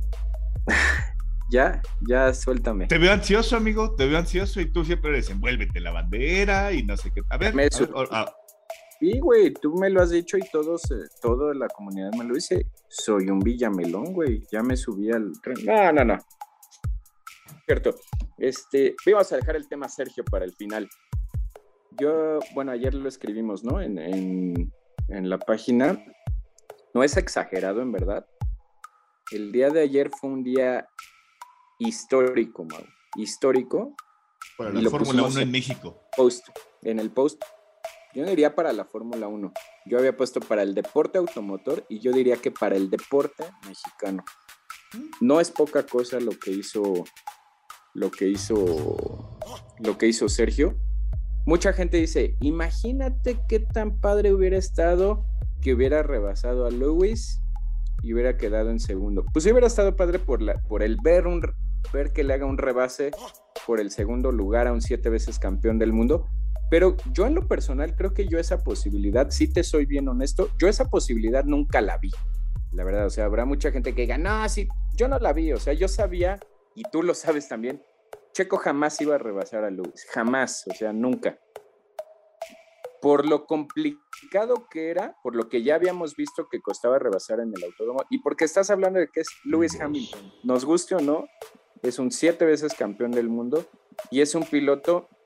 Ya, ya, suéltame. Te veo ansioso, amigo, te veo ansioso y tú siempre desenvuélvete la bandera y no sé qué. A ver, me a ver oh, oh. Sí, güey, tú me lo has dicho y todos, eh, toda la comunidad me lo dice. Soy un villamelón, güey. Ya me subí al tren. No, no, no. Cierto. Este, vamos a dejar el tema Sergio para el final. Yo, bueno, ayer lo escribimos, ¿no? En, en, en la página. No es exagerado, en verdad. El día de ayer fue un día histórico, Mau. Histórico. Para la Fórmula uno en México. Post, en el post. Yo no diría para la Fórmula uno. Yo había puesto para el deporte automotor y yo diría que para el deporte mexicano. No es poca cosa lo que hizo lo que hizo lo que hizo Sergio. Mucha gente dice, imagínate qué tan padre hubiera estado que hubiera rebasado a Lewis y hubiera quedado en segundo. Pues hubiera estado padre por, la, por el ver, un, ver que le haga un rebase por el segundo lugar a un siete veces campeón del mundo. Pero yo en lo personal creo que yo esa posibilidad, si te soy bien honesto, yo esa posibilidad nunca la vi. La verdad, o sea, habrá mucha gente que diga, no, sí, yo no la vi. O sea, yo sabía, y tú lo sabes también, Checo jamás iba a rebasar a Lewis, jamás, o sea, nunca. Por lo complicado que era, por lo que ya habíamos visto que costaba rebasar en el autódromo, y porque estás hablando de que es Lewis Hamilton, nos guste o no, es un siete veces campeón del mundo, y es un piloto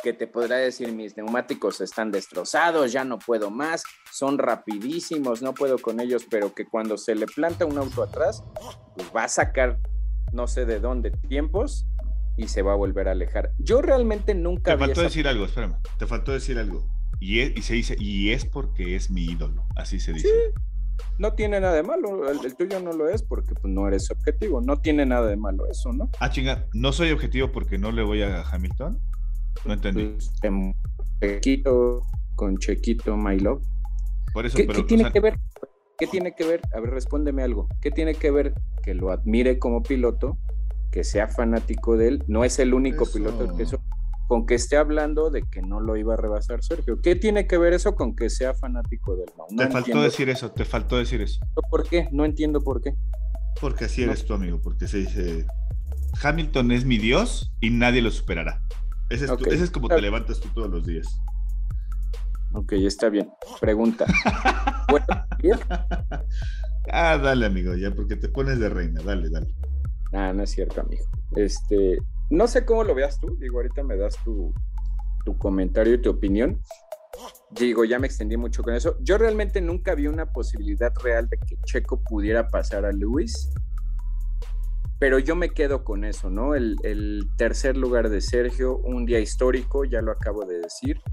que te podrá decir, mis neumáticos están destrozados, ya no puedo más, son rapidísimos, no puedo con ellos, pero que cuando se le planta un auto atrás, pues va a sacar no sé de dónde tiempos y se va a volver a alejar. Yo realmente nunca... Te faltó esa... decir algo, espérame, te faltó decir algo. Y, es, y se dice, y es porque es mi ídolo, así se dice. Sí. No tiene nada de malo, el, el tuyo no lo es porque pues, no eres objetivo, no tiene nada de malo eso, ¿no? Ah, chinga, ¿no soy objetivo porque no le voy a Hamilton? No entendí. Pues, Chequito, con Chequito, my love. Por eso, ¿Qué, pero, ¿qué tiene o sea... que ver? ¿Qué tiene que ver? A ver, respóndeme algo. ¿Qué tiene que ver que lo admire como piloto, que sea fanático de él? No es el único eso... piloto el que eso... con que esté hablando de que no lo iba a rebasar Sergio. ¿Qué tiene que ver eso con que sea fanático del no? No te faltó entiendo. decir eso, te faltó decir eso. ¿Por qué? No entiendo por qué. Porque así eres no. tú, amigo, porque se dice, Hamilton es mi Dios y nadie lo superará. Ese es, okay. tu, ese es como te levantas tú todos los días. Ok, está bien. Pregunta. ¿Puedo ir? Ah, dale, amigo, ya, porque te pones de reina, dale, dale. Ah, no es cierto, amigo. Este... No sé cómo lo veas tú, digo, ahorita me das tu, tu comentario y tu opinión. Digo, ya me extendí mucho con eso. Yo realmente nunca vi una posibilidad real de que Checo pudiera pasar a Lewis, pero yo me quedo con eso, ¿no? El, el tercer lugar de Sergio, un día histórico, ya lo acabo de decir.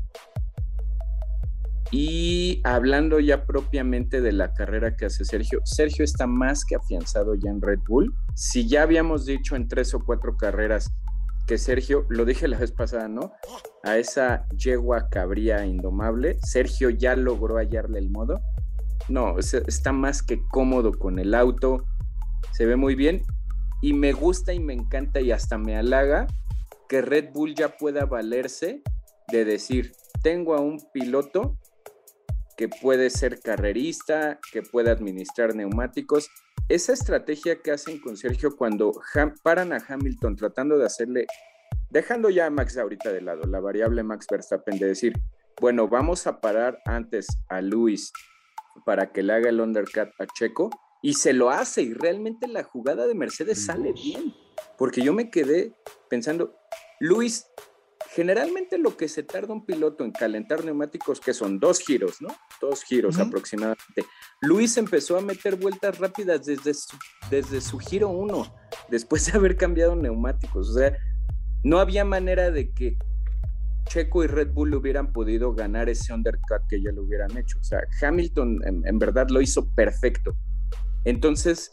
Y hablando ya propiamente de la carrera que hace Sergio, Sergio está más que afianzado ya en Red Bull. Si ya habíamos dicho en tres o cuatro carreras que Sergio, lo dije la vez pasada, ¿no? A esa yegua cabría indomable, Sergio ya logró hallarle el modo. No, está más que cómodo con el auto, se ve muy bien y me gusta y me encanta y hasta me halaga que Red Bull ya pueda valerse de decir, tengo a un piloto que puede ser carrerista, que puede administrar neumáticos. Esa estrategia que hacen con Sergio cuando Ham, paran a Hamilton tratando de hacerle, dejando ya a Max ahorita de lado, la variable Max Verstappen, de decir, bueno, vamos a parar antes a Lewis para que le haga el undercut a Checo, y se lo hace, y realmente la jugada de Mercedes sale bien, porque yo me quedé pensando, Lewis, generalmente lo que se tarda un piloto en calentar neumáticos, que son dos giros, ¿no? Dos giros uh-huh. aproximadamente. Luis empezó a meter vueltas rápidas desde su, desde su giro uno, después de haber cambiado neumáticos. O sea, no había manera de que Checo y Red Bull hubieran podido ganar ese undercut que ya lo hubieran hecho. O sea, Hamilton en, en verdad lo hizo perfecto. Entonces,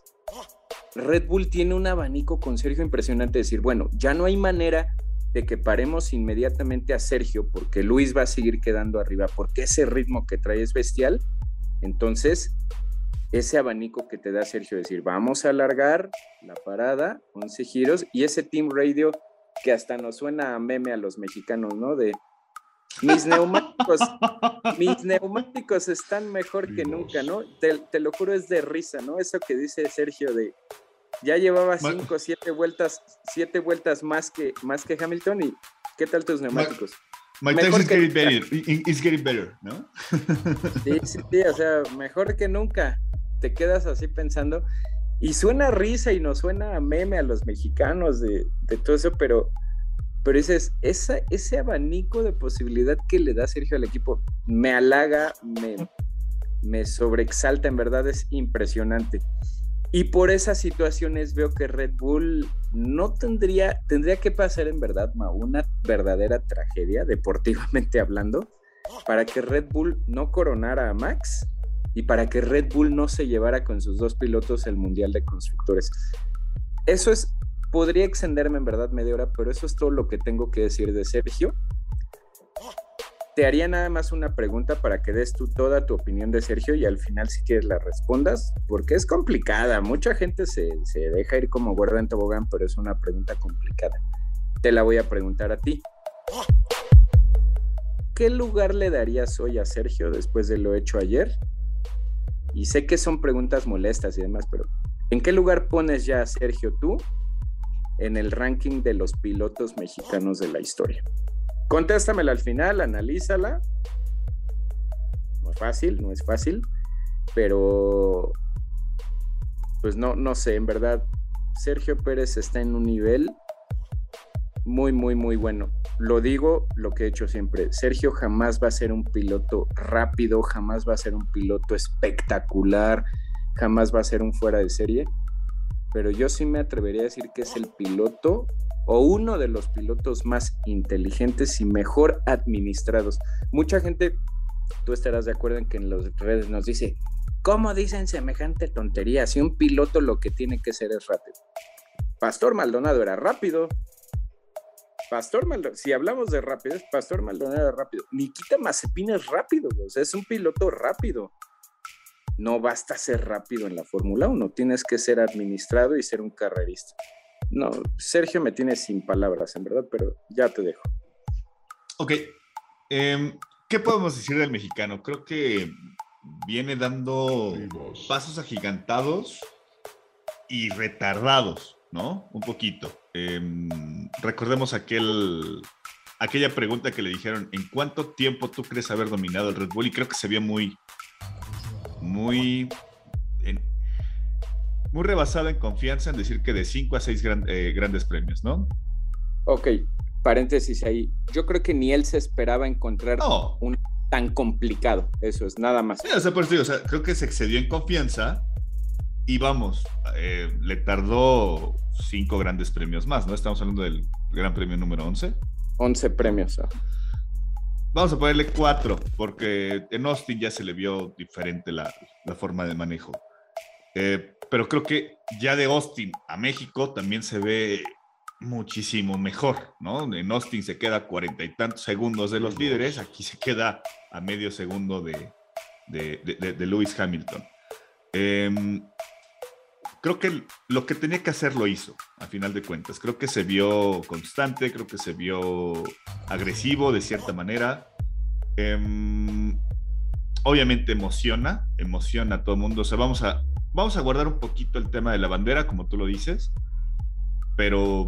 Red Bull tiene un abanico con Sergio impresionante de decir, bueno, ya no hay manera de que paremos inmediatamente a Sergio porque Luis va a seguir quedando arriba, porque ese ritmo que trae es bestial. Entonces, ese abanico que te da Sergio, decir, vamos a alargar la parada, once giros, y ese team radio que hasta nos suena a meme a los mexicanos, ¿no? De mis neumáticos, mis neumáticos están mejor que nunca, ¿no? Te, te lo juro, es de risa, ¿no? Eso que dice Sergio de ya llevaba cinco, siete vueltas, siete vueltas más que, más que Hamilton, y ¿qué tal tus neumáticos? My, my tires is getting better, it's getting better, ¿no? Sí, sí, sí, o sea, mejor que nunca. Te quedas así pensando, y suena risa y nos suena a meme a los mexicanos de, de todo eso, pero, pero ese, esa, ese abanico de posibilidad que le da Sergio al equipo me halaga, me, me sobreexalta, en verdad es impresionante. Y por esas situaciones veo que Red Bull no tendría, tendría que pasar en verdad, Ma, una verdadera tragedia, deportivamente hablando, para que Red Bull no coronara a Max y para que Red Bull no se llevara con sus dos pilotos el Mundial de Constructores. Eso es, podría extenderme en verdad media hora, pero eso es todo lo que tengo que decir de Sergio. Te haría nada más una pregunta para que des tú toda tu opinión de Sergio y al final si quieres la respondas, porque es complicada. Mucha gente se, se deja ir como gorda en tobogán, pero es una pregunta complicada. Te la voy a preguntar a ti. ¿Qué lugar le darías hoy a Sergio después de lo hecho ayer? Y sé que son preguntas molestas y demás, pero ¿en qué lugar pones ya a Sergio tú en el ranking de los pilotos mexicanos de la historia? Contéstamela al final, analízala. No es fácil, no es fácil, pero pues no, no sé, en verdad, Sergio Pérez está en un nivel muy, muy, muy bueno. Lo digo, lo que he hecho siempre. Sergio jamás va a ser un piloto rápido, jamás va a ser un piloto espectacular, jamás va a ser un fuera de serie, pero yo sí me atrevería a decir que es el piloto o uno de los pilotos más inteligentes y mejor administrados. Mucha gente, tú estarás de acuerdo en que en las redes nos dice, ¿cómo dicen semejante tontería? Si un piloto lo que tiene que ser es rápido. Pastor Maldonado era rápido. Pastor Maldonado, si hablamos de rapidez, Pastor Maldonado era rápido. Nikita Mazepin es rápido, o sea, es un piloto rápido. No basta ser rápido en la Fórmula uno, tienes que ser administrado y ser un carrerista. No, Sergio me tiene sin palabras, en verdad, pero ya te dejo. Ok, eh, ¿qué podemos decir del mexicano? Creo que viene dando pasos agigantados y retardados, ¿no? Un poquito. Eh, recordemos aquel, aquella pregunta que le dijeron, ¿en cuánto tiempo tú crees haber dominado el Red Bull? Y creo que se vio muy, muy, en, muy rebasado en confianza en decir que de cinco a seis gran, eh, grandes premios, ¿no? Ok, paréntesis ahí. Yo creo que ni él se esperaba encontrar no. un tan complicado. Eso es, nada más. Sí, o sea, por eso digo, o sea, creo que se excedió en confianza. Y vamos, eh, le tardó cinco grandes premios más, ¿no? Estamos hablando del Gran Premio número once. once premios. ¿No? Vamos a ponerle cuatro, porque en Austin ya se le vio diferente la, la forma de manejo. Eh, pero creo que ya de Austin a México también se ve muchísimo mejor, ¿no? En Austin se queda a cuarenta y tantos segundos de los líderes, aquí se queda a medio segundo de, de, de, de, de Lewis Hamilton. Eh, Creo que lo que tenía que hacer lo hizo, a final de cuentas. Creo que se vio constante, creo que se vio agresivo de cierta manera. Eh, obviamente emociona, emociona a todo el mundo. O sea, vamos a, vamos a guardar un poquito el tema de la bandera, como tú lo dices, pero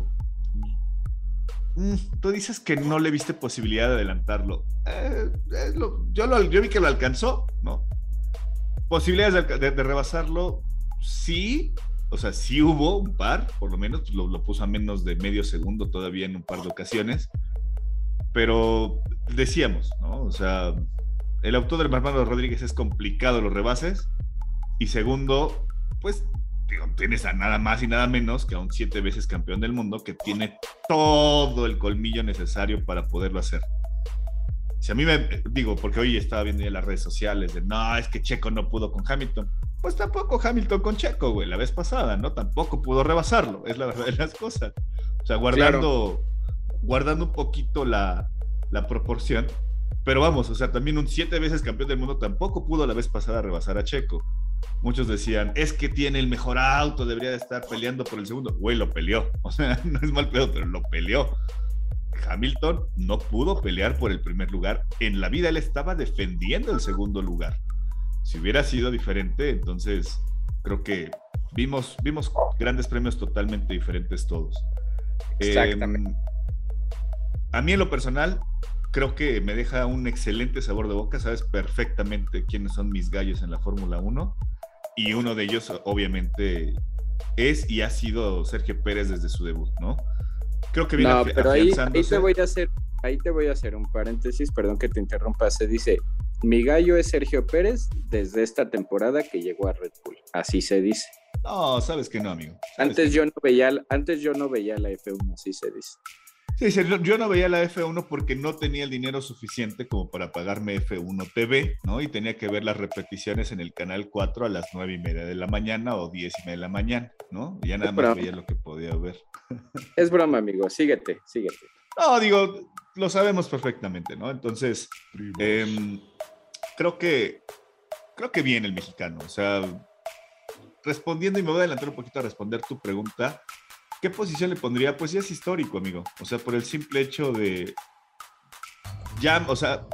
mm, tú dices que no le viste posibilidad de adelantarlo. Eh, eh, lo, yo, lo, yo vi que lo alcanzó, ¿no? Posibilidades de, de, de rebasarlo, sí. O sea, sí hubo un par, por lo menos, lo, lo puso a menos de medio segundo todavía en un par de ocasiones, pero decíamos, ¿no? O sea, el auto del hermano Rodríguez es complicado los rebases, y segundo, pues, digo, tienes a nada más y nada menos que a un siete veces campeón del mundo que tiene todo el colmillo necesario para poderlo hacer. Si a mí me, digo, porque hoy estaba viendo ya las redes sociales de, no, es que Checo no pudo con Hamilton. Pues tampoco Hamilton con Checo, güey, la vez pasada, ¿no? Tampoco pudo rebasarlo, es la verdad de las cosas. O sea, guardando, claro. guardando un poquito la, la proporción. Pero vamos, o sea, también un siete veces campeón del mundo tampoco pudo la vez pasada rebasar a Checo. Muchos decían, es que tiene el mejor auto, debería de estar peleando por el segundo. Güey, lo peleó. O sea, no es mal pedo, pero lo peleó. Hamilton no pudo pelear por el primer lugar. En la vida él estaba defendiendo el segundo lugar. Si hubiera sido diferente, entonces creo que vimos, vimos grandes premios totalmente diferentes todos. Exactamente. Eh, a mí en lo personal, creo que me deja un excelente sabor de boca. Sabes perfectamente quiénes son mis gallos en la Fórmula uno. Y uno de ellos, obviamente, es y ha sido Sergio Pérez desde su debut, ¿no? Creo que viene no, pero ahí, ahí te voy a hacer, ahí te voy a hacer un paréntesis, perdón que te interrumpa. Se dice, mi gallo es Sergio Pérez desde esta temporada que llegó a Red Bull. Así se dice. No, sabes que no, amigo. Antes yo no veía, antes yo no veía la F uno, así se dice. Sí, sí, yo no veía la F uno porque no tenía el dinero suficiente como para pagarme F uno T V, ¿no? Y tenía que ver las repeticiones en el canal cuatro a las nueve y media de la mañana o diez y media de la mañana, ¿no? Y ya nada más veía lo que podía ver. Es broma, amigo, síguete, síguete. No, digo, lo sabemos perfectamente, ¿no? Entonces, eh, creo que, creo que bien el mexicano, o sea, respondiendo, y me voy a adelantar un poquito a responder tu pregunta, ¿qué posición le pondría? Pues ya es histórico, amigo. O sea, por el simple hecho de... Ya, o sea...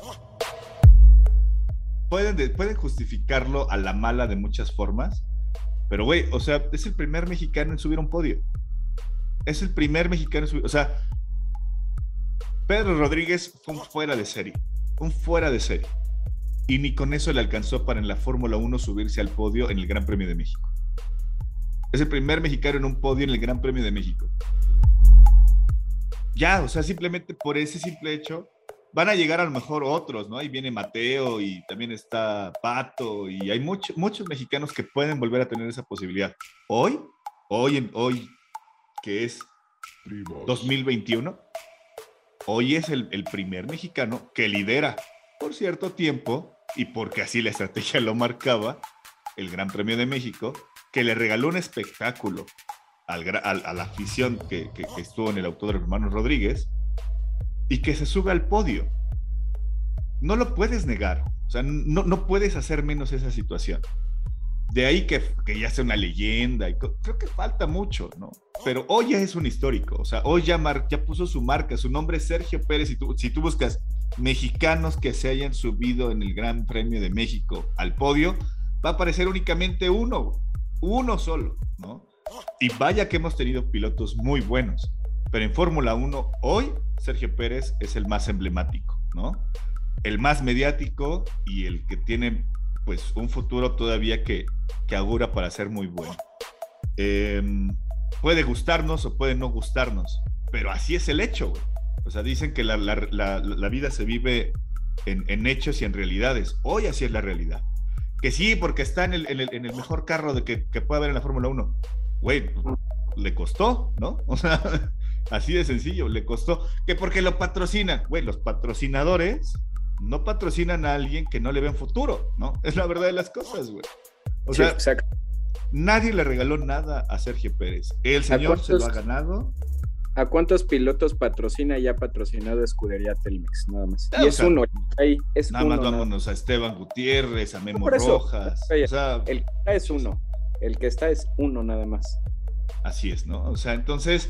Pueden, de, pueden justificarlo a la mala de muchas formas, pero, güey, o sea, es el primer mexicano en subir a un podio. Es el primer mexicano en subir... O sea, Pedro Rodríguez fue un fuera de serie. Un fuera de serie. Y ni con eso le alcanzó para en la Fórmula uno subirse al podio en el Gran Premio de México. Es el primer mexicano en un podio en el Gran Premio de México. ya, o sea, simplemente por ese simple hecho, van a llegar a lo mejor otros, ¿no? Ahí viene Mateo y también está Pato y hay mucho, muchos mexicanos que pueden volver a tener esa posibilidad. Hoy, hoy, en, hoy que es dos mil veintiuno, hoy es el, el primer mexicano que lidera por cierto tiempo y porque así la estrategia lo marcaba, el Gran Premio de México, que le regaló un espectáculo al, al, a la afición que, que, que estuvo en el Autódromo Hermanos Rodríguez y que se sube al podio. No lo puedes negar, o sea, no, no puedes hacer menos esa situación. De ahí que, que ya sea una leyenda, y creo que falta mucho, ¿no? Pero hoy ya es un histórico, o sea, hoy ya, mar, ya puso su marca, su nombre es Sergio Pérez, y tú, si tú buscas mexicanos que se hayan subido en el Gran Premio de México al podio, va a aparecer únicamente uno, uno solo, ¿no? Y vaya que hemos tenido pilotos muy buenos, pero en Fórmula uno hoy Sergio Pérez es el más emblemático, ¿no? El más mediático y el que tiene pues un futuro todavía que, que augura para ser muy bueno. Eh, puede gustarnos o puede no gustarnos, pero así es el hecho, güey. O sea, dicen que la, la, la, la vida se vive en, en hechos y en realidades. Hoy así es la realidad. Que sí, porque está en el, en el, en el mejor carro de que, que puede haber en la Fórmula uno. Güey, le costó, ¿no? O sea, así de sencillo, le costó. Que porque lo patrocinan. Güey, los patrocinadores no patrocinan a alguien que no le ven futuro, ¿no? Es la verdad de las cosas, güey. O sea, sí, nadie le regaló nada a Sergio Pérez. El señor se lo ha ganado. ¿A cuántos pilotos patrocina y ha patrocinado Escudería Telmex? Nada más. Y o es sea, uno. Ahí, es nada uno, más vámonos nada. a Esteban Gutiérrez, a Memo no, eso, Rojas. Oye, o sea, el que está es uno. El que está es uno nada más. Así es, ¿no? O sea, entonces,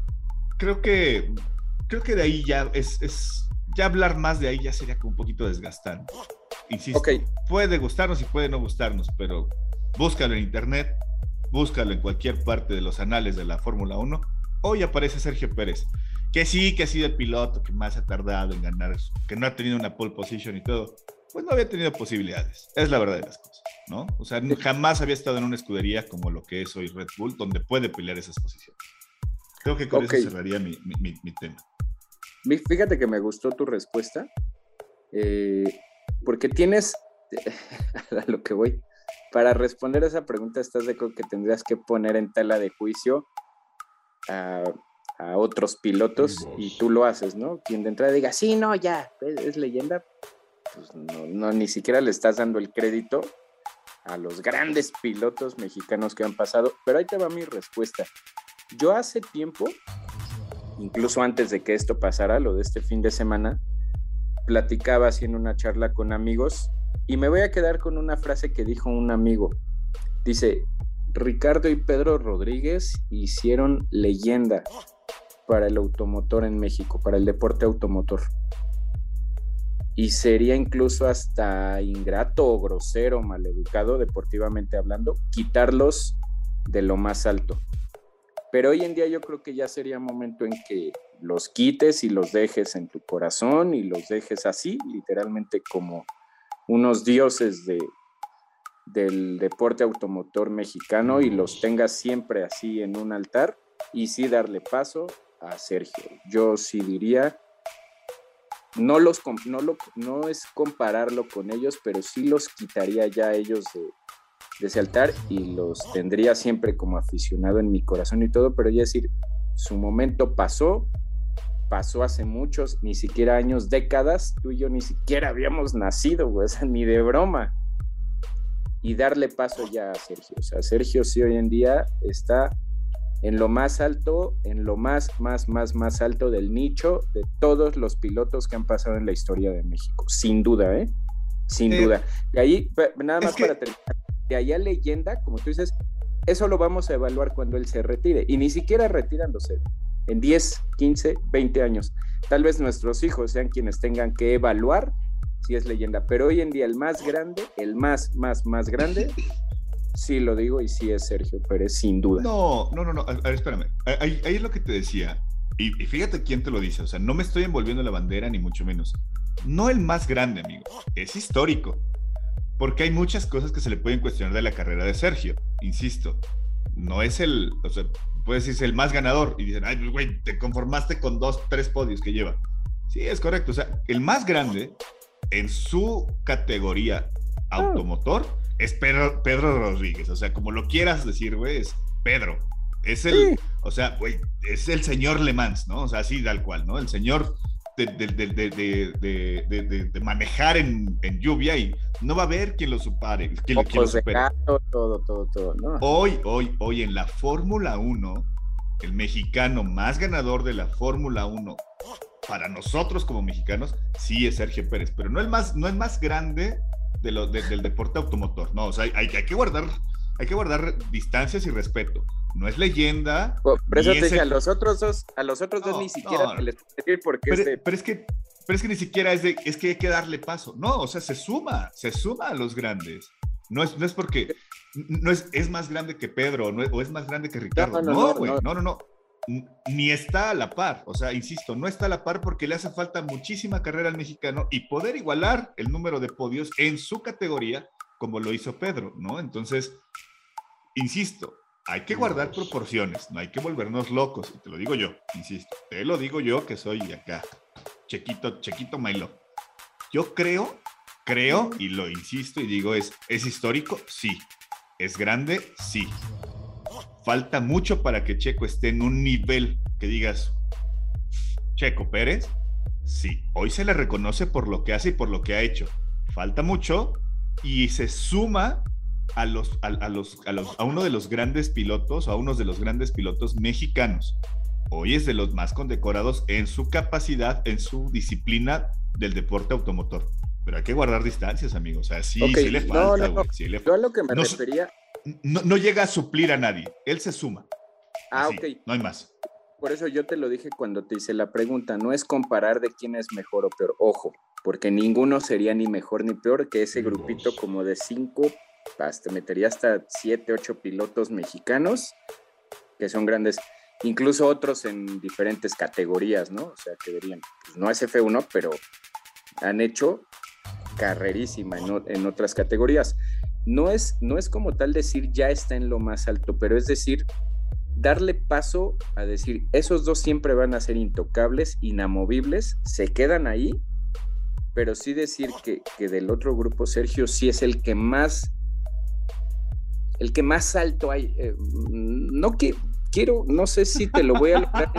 creo que creo que de ahí ya es, es ya hablar más de ahí ya sería como un poquito desgastante. Insisto, okay. Puede gustarnos y puede no gustarnos, pero búscalo en internet, búscalo en cualquier parte de los anales de la Fórmula uno. Hoy aparece Sergio Pérez, que sí, que ha sido el piloto que más ha tardado en ganar, que no ha tenido una pole position y todo, pues no había tenido posibilidades, es la verdad de las cosas, ¿no? O sea, jamás había estado en una escudería como lo que es hoy Red Bull, donde puede pelear esas posiciones. Creo que con okay. eso cerraría mi, mi, mi tema. Fíjate que me gustó tu respuesta, eh, porque tienes, a lo que voy, para responder a esa pregunta estás de acuerdo que tendrías que poner en tela de juicio A, a otros pilotos y tú lo haces, ¿no? Quien de entrada diga, sí, no, ya, es, es leyenda, pues no, no, ni siquiera le estás dando el crédito a los grandes pilotos mexicanos que han pasado, pero ahí te va mi respuesta. Yo hace tiempo, incluso antes de que esto pasara, lo de este fin de semana, platicaba así en una charla con amigos y me voy a quedar con una frase que dijo un amigo. Dice, Ricardo y Pedro Rodríguez hicieron leyenda para el automotor en México, para el deporte automotor. Y sería incluso hasta ingrato o grosero, maleducado, deportivamente hablando, quitarlos de lo más alto. Pero hoy en día yo creo que ya sería momento en que los quites y los dejes en tu corazón y los dejes así, literalmente como unos dioses de del deporte automotor mexicano y los tengas siempre así en un altar y sí darle paso a Sergio. Yo sí diría, no, los, no, lo, no es compararlo con ellos, pero sí los quitaría ya a ellos de, de ese altar y los tendría siempre como aficionado en mi corazón y todo, pero ya decir, su momento pasó, pasó hace muchos, ni siquiera años, décadas, tú y yo ni siquiera habíamos nacido, güey, o sea, ni de broma. Y darle paso ya a Sergio. O sea, Sergio sí hoy en día está en lo más alto, en lo más, más, más, más alto del nicho de todos los pilotos que han pasado en la historia de México. Sin duda, ¿eh? Sin eh, duda. Y ahí, nada más para que... terminar, de allá leyenda, como tú dices, eso lo vamos a evaluar cuando él se retire. Y ni siquiera retirándose. En diez, quince, veinte años. Tal vez nuestros hijos sean quienes tengan que evaluar si es leyenda, pero hoy en día el más grande, el más, más, más grande, sí lo digo y sí es Sergio Pérez, sin duda. No, no, no, no, a ver, espérame, ahí, ahí es lo que te decía, y, y fíjate quién te lo dice, o sea, no me estoy envolviendo la bandera ni mucho menos, no el más grande, amigo, es histórico, porque hay muchas cosas que se le pueden cuestionar de la carrera de Sergio, insisto, no es el, o sea, puedes decirse el más ganador y dicen, ay, pues, güey, te conformaste con dos, tres podios que lleva. Sí, es correcto, o sea, el más grande en su categoría automotor es Pedro, Pedro Rodríguez, o sea, como lo quieras decir, güey, es Pedro. Es el, sí. o sea, güey, es el señor Le Mans, ¿no? O sea, así tal cual, ¿no? El señor de, de, de, de, de, de, de, de manejar en, en lluvia y no va a haber quien lo supere. Quien, quien lo supere. Gato, todo, todo, todo, ¿no? Hoy, hoy, hoy en la Fórmula uno, el mexicano más ganador de la Fórmula uno para nosotros como mexicanos, sí es Sergio Pérez, pero no el más, no el más grande de lo, de, del deporte automotor, no, o sea, hay, hay que guardar, hay que guardar distancias y respeto. No es leyenda. Por eso te dije, el... a los otros dos, a los otros no, dos ni siquiera no, te les decir porque pero, es de... pero es que, pero es que ni siquiera es de, es que hay que darle paso. No, o sea, se suma, se suma a los grandes. No es, no es porque, no es, es más grande que Pedro, no es, o es más grande que Ricardo. No, güey, no, no, no, no, no. Ni está a la par, o sea, insisto, no está a la par porque le hace falta muchísima carrera al mexicano y poder igualar el número de podios en su categoría como lo hizo Pedro, ¿no? Entonces, insisto, hay que guardar proporciones, no hay que volvernos locos, y te lo digo yo, insisto, te lo digo yo que soy acá, Chequito, Chequito Milo. Yo creo, creo, y lo insisto y digo, es, ¿es histórico? Sí. ¿Es grande? Sí. Falta mucho para que Checo esté en un nivel que digas, Checo Pérez, sí. Hoy se le reconoce por lo que hace y por lo que ha hecho. Falta mucho y se suma a los, a, a los, a los, a uno de los grandes pilotos, a unos de los grandes pilotos mexicanos. Hoy es de los más condecorados en su capacidad, en su disciplina del deporte automotor. Pero hay que guardar distancias, amigos. O sea, sí, okay. sí le falta, no, no, güey. Sí le yo a lo que me no, refería... No, no llega a suplir a nadie. Él se suma. Ah, Así, ok. No hay más. Por eso yo te lo dije cuando te hice la pregunta. No es comparar de quién es mejor o peor. Ojo, porque ninguno sería ni mejor ni peor que ese grupito como de cinco, hasta metería hasta siete, ocho pilotos mexicanos que son grandes. Incluso otros en diferentes categorías, ¿no? O sea, que verían, pues no es F uno, pero han hecho carrerísima en, en otras categorías. No es, no es como tal decir ya está en lo más alto, pero es decir, darle paso a decir, esos dos siempre van a ser intocables, inamovibles, se quedan ahí, pero sí decir que, que del otro grupo, Sergio sí es el que más, el que más alto hay. Eh, no que quiero, no sé si te lo voy a lograr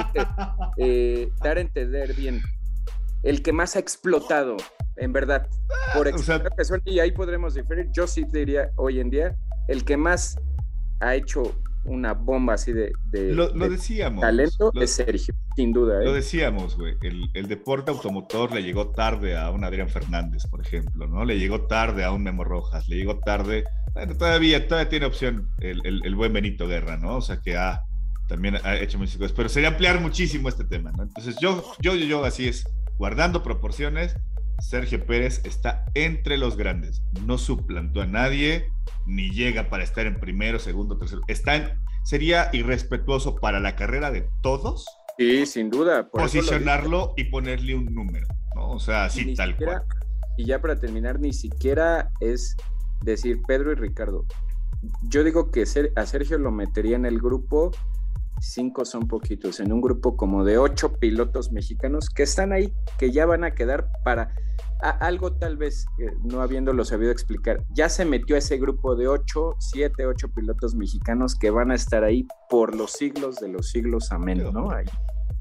eh, dar a entender bien. El que más ha explotado, en verdad, por o sea, explicación, y ahí podremos diferir. Yo sí te diría hoy en día, el que más ha hecho una bomba así de, de, lo, lo de decíamos, talento lo, es Sergio, sin duda. ¿eh? Lo decíamos, güey, el, el deporte automotor le llegó tarde a un Adrián Fernández, por ejemplo, ¿no? Le llegó tarde a un Memo Rojas, le llegó tarde, bueno, todavía, todavía tiene opción el, el, el buen Benito Guerra, ¿no? O sea que ha, también ha hecho muchas cosas, pero sería ampliar muchísimo este tema, ¿no? Entonces yo, yo, yo, yo, así es, guardando proporciones, Sergio Pérez está entre los grandes, no suplantó a nadie, ni llega para estar en primero, segundo, tercero, está en, sería irrespetuoso para la carrera de todos. Sí, sin duda. Por posicionarlo y ponerle un número, ¿no? O sea, así tal siquiera, cual. Y ya para terminar, ni siquiera es decir Pedro y Ricardo. Yo digo que a Sergio lo metería en el grupo, cinco son poquitos, en un grupo como de ocho pilotos mexicanos que están ahí, que ya van a quedar para a, algo tal vez, eh, no habiéndolo sabido explicar, ya se metió a ese grupo de ocho, siete, ocho pilotos mexicanos que van a estar ahí por los siglos de los siglos, amén, ¿no? Ahí.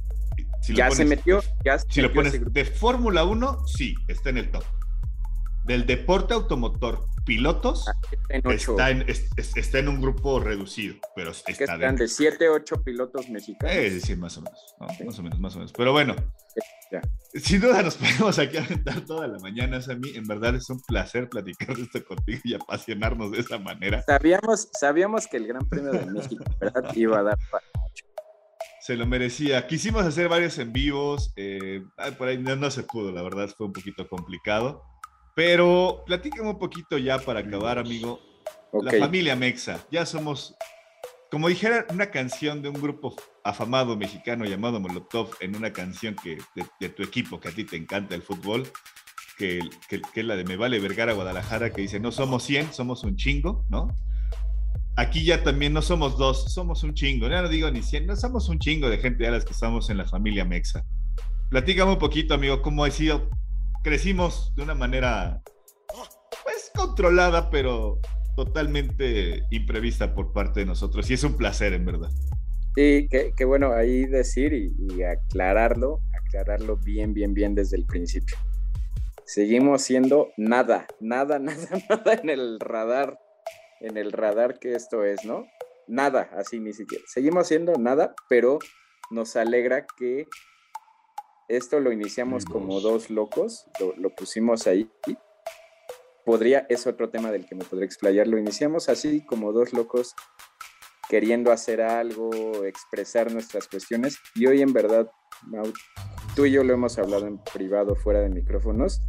Si ya pones, se metió, ya si lo pones de Fórmula uno, sí, está en el top. Del deporte automotor, pilotos, ah, está, en está, en, es, es, está en un grupo reducido, pero está que están dentro. De siete, ocho pilotos mexicanos. Es decir, más o menos, ¿no? ¿Sí? Más o menos, más o menos. Pero bueno, ya. Sin duda nos podemos aquí aventar toda la mañana, Sammy. En verdad es un placer platicar de esto contigo y apasionarnos de esa manera. Sabíamos, sabíamos que el Gran Premio de México, ¿verdad? Iba a dar para mucho. Se lo merecía. Quisimos hacer varios en vivos, eh, por ahí no, no se pudo, la verdad fue un poquito complicado. Pero platícame un poquito ya para acabar, amigo. Okay. La familia Mexa, ya somos, como dijera una canción de un grupo afamado mexicano llamado Molotov, en una canción que de, de tu equipo, que a ti te encanta el fútbol, que, que, que es la de Me Vale Vergara Guadalajara, que dice, no somos cien, somos un chingo, ¿no? aquí ya también no somos dos, somos un chingo. Ya no digo ni cien, no somos un chingo de gente a las que estamos en la familia Mexa. Platícame un poquito, amigo, cómo ha sido. Crecimos de una manera, pues, controlada, pero totalmente imprevista por parte de nosotros. Y es un placer, en verdad. Sí, qué, qué bueno ahí decir y, y aclararlo, aclararlo bien, bien, bien desde el principio. Seguimos siendo nada, nada, nada, nada en el radar, en el radar que esto es, ¿no? Nada, así ni siquiera. Seguimos siendo nada, pero nos alegra que esto lo iniciamos como dos locos, lo, lo pusimos ahí. Podría, es otro tema del que me podría explayar, lo iniciamos así como dos locos queriendo hacer algo, expresar nuestras cuestiones, y hoy en verdad, Mau, tú y yo lo hemos hablado en privado, fuera de micrófonos,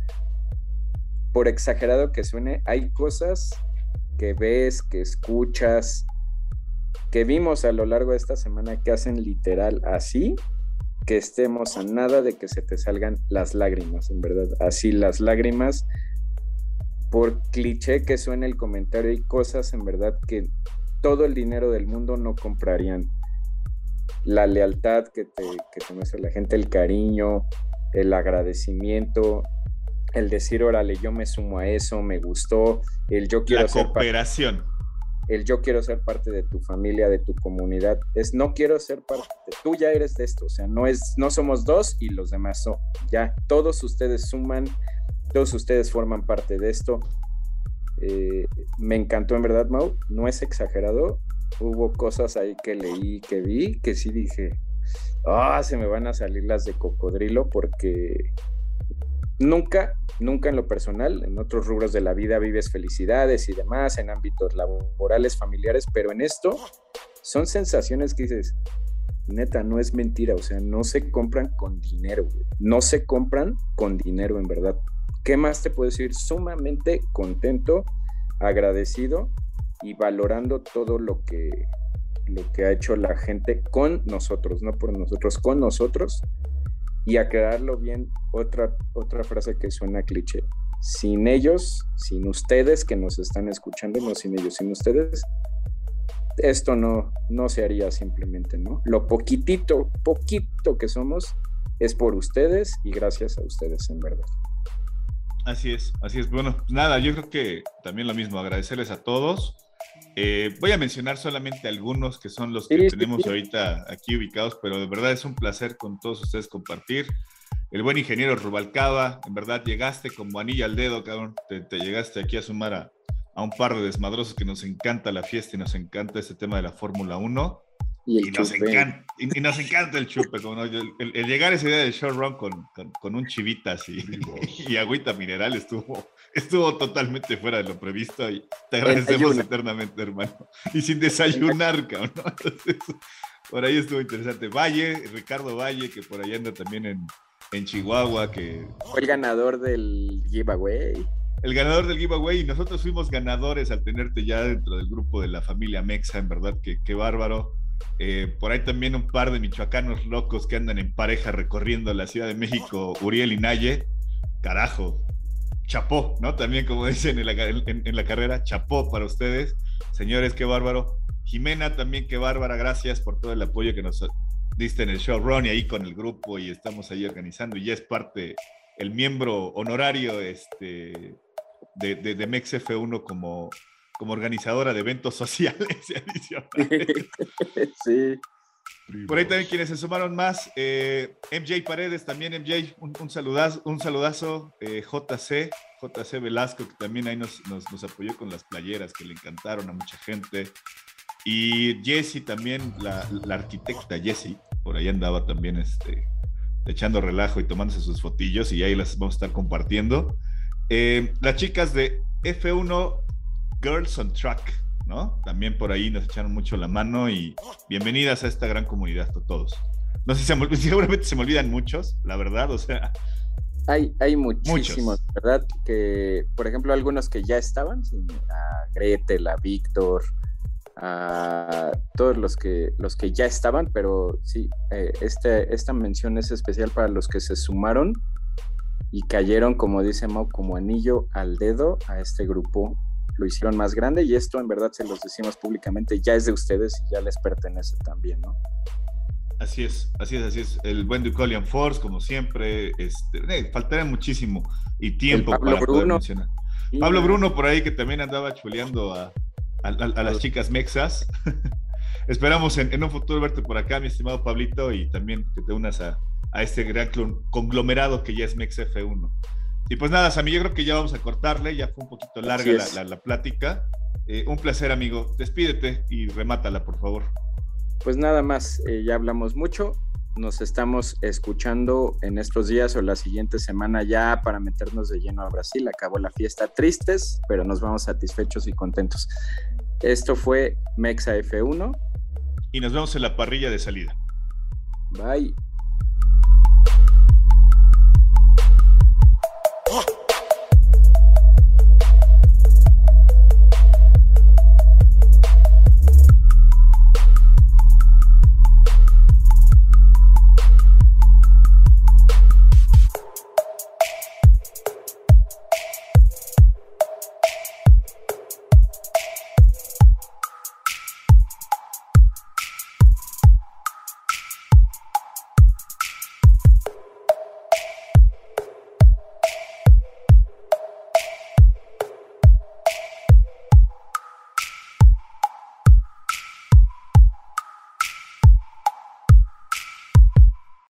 por exagerado que suene, hay cosas que ves, que escuchas, que vimos a lo largo de esta semana que hacen literal así, que estemos a nada de que se te salgan las lágrimas, en verdad, así las lágrimas, por cliché que suene el comentario, hay cosas en verdad que todo el dinero del mundo no comprarían. La lealtad que te, que te muestra la gente, el cariño, el agradecimiento, el decir, órale, yo me sumo a eso, me gustó, el yo quiero la ser cooperación. Parte, el yo quiero ser parte de tu familia, de tu comunidad, es no quiero ser parte, tú ya eres de esto, o sea, no, es, no somos dos y los demás son, ya, todos ustedes suman, todos ustedes forman parte de esto. Eh, me encantó en verdad, Mau, no es exagerado, hubo cosas ahí que leí, que vi, que sí dije, ah, oh, se me van a salir las de cocodrilo, porque nunca, nunca en lo personal, en otros rubros de la vida vives felicidades y demás, en ámbitos laborales, familiares, pero en esto son sensaciones que dices, neta, no es mentira, o sea, no se compran con dinero, güey. No se compran con dinero en verdad. ¿Qué más te puedo decir? Sumamente contento, agradecido y valorando todo lo que, lo que ha hecho la gente con nosotros, no por nosotros, con nosotros. Y aclararlo bien, otra, otra frase que suena cliché. Sin ellos, sin ustedes que nos están escuchando, no sin ellos, sin ustedes, esto no, no se haría simplemente, ¿no? Lo poquitito, poquito que somos es por ustedes y gracias a ustedes, en verdad. Así es, así es. Bueno, pues nada, yo creo que también lo mismo, agradecerles a todos. Eh, voy a mencionar solamente algunos que son los que sí, tenemos sí. ahorita aquí ubicados, pero de verdad es un placer con todos ustedes compartir. El buen ingeniero Rubalcaba, en verdad llegaste como anillo al dedo, cabrón. Te, te llegaste aquí a sumar a, a un par de desmadrosos que nos encanta la fiesta y nos encanta este tema de la Fórmula uno. Y, y, nos encanta, y, y nos encanta el chupe, como no, el, el, el llegar a esa idea del showrun con, con, con un chivitas y, y agüita mineral estuvo, estuvo totalmente fuera de lo previsto y te agradecemos eternamente, hermano. Y sin desayunar, cabrón, ¿no? Entonces, por ahí estuvo interesante. Valle, Ricardo Valle, que por ahí anda también en, en Chihuahua, que fue el ganador del giveaway. El ganador del giveaway, y nosotros fuimos ganadores al tenerte ya dentro del grupo de la familia Mexa, en verdad, que qué bárbaro. Eh, por ahí también un par de michoacanos locos que andan en pareja recorriendo la Ciudad de México, Uriel y Naye, carajo, chapó, ¿no? También como dicen en la, en, en la carrera, chapó para ustedes, señores, qué bárbaro. Jimena también, qué bárbara, gracias por todo el apoyo que nos diste en el showrun y ahí con el grupo, y estamos ahí organizando, y ya es parte, el miembro honorario este, de, de, de Mex F uno como... como organizadora de eventos sociales y adicionales. Sí. Por ahí también quienes se sumaron más, eh, M J Paredes, también M J, un, un saludazo, un saludazo eh, J C, J C Velasco, que también ahí nos, nos, nos apoyó con las playeras que le encantaron a mucha gente. Y Jessie también, la, la arquitecta Jessie, por ahí andaba también este, echando relajo y tomándose sus fotillos, y ahí las vamos a estar compartiendo. Eh, las chicas de F uno Girls on Track, ¿no? También por ahí nos echaron mucho la mano, y bienvenidas a esta gran comunidad a todos. No sé si se me, seguramente se me olvidan muchos, la verdad, o sea... Hay, hay muchísimos, muchos. ¿Verdad? Que, por ejemplo, algunos que ya estaban, a Gretel, a Víctor, a todos los que, los que ya estaban, pero sí, eh, este, esta mención es especial para los que se sumaron y cayeron, como dice Mau, como anillo al dedo a este grupo lo hicieron más grande y esto en verdad se los decimos públicamente, ya es de ustedes y ya les pertenece también, ¿no? Así es, así es, así es. El buen Ducolian Force, como siempre, este, eh, faltaría muchísimo y tiempo Pablo para Bruno. poder mencionar. Sí, Pablo man. Bruno por ahí que también andaba chuleando a, a, a, a las chicas mexas. Esperamos en, en un futuro verte por acá, mi estimado Pablito, y también que te unas a, a este gran conglomerado que ya es Mex F uno. Y pues nada, Sammy, yo creo que ya vamos a cortarle, ya fue un poquito larga la, la, la plática. Eh, un placer, amigo. Despídete y remátala, por favor. Pues nada más, eh, ya hablamos mucho. Nos estamos escuchando en estos días o la siguiente semana ya para meternos de lleno a Brasil. Acabó la fiesta, tristes, pero nos vamos satisfechos y contentos. Esto fue Mexa F uno. Y nos vemos en la parrilla de salida. Bye.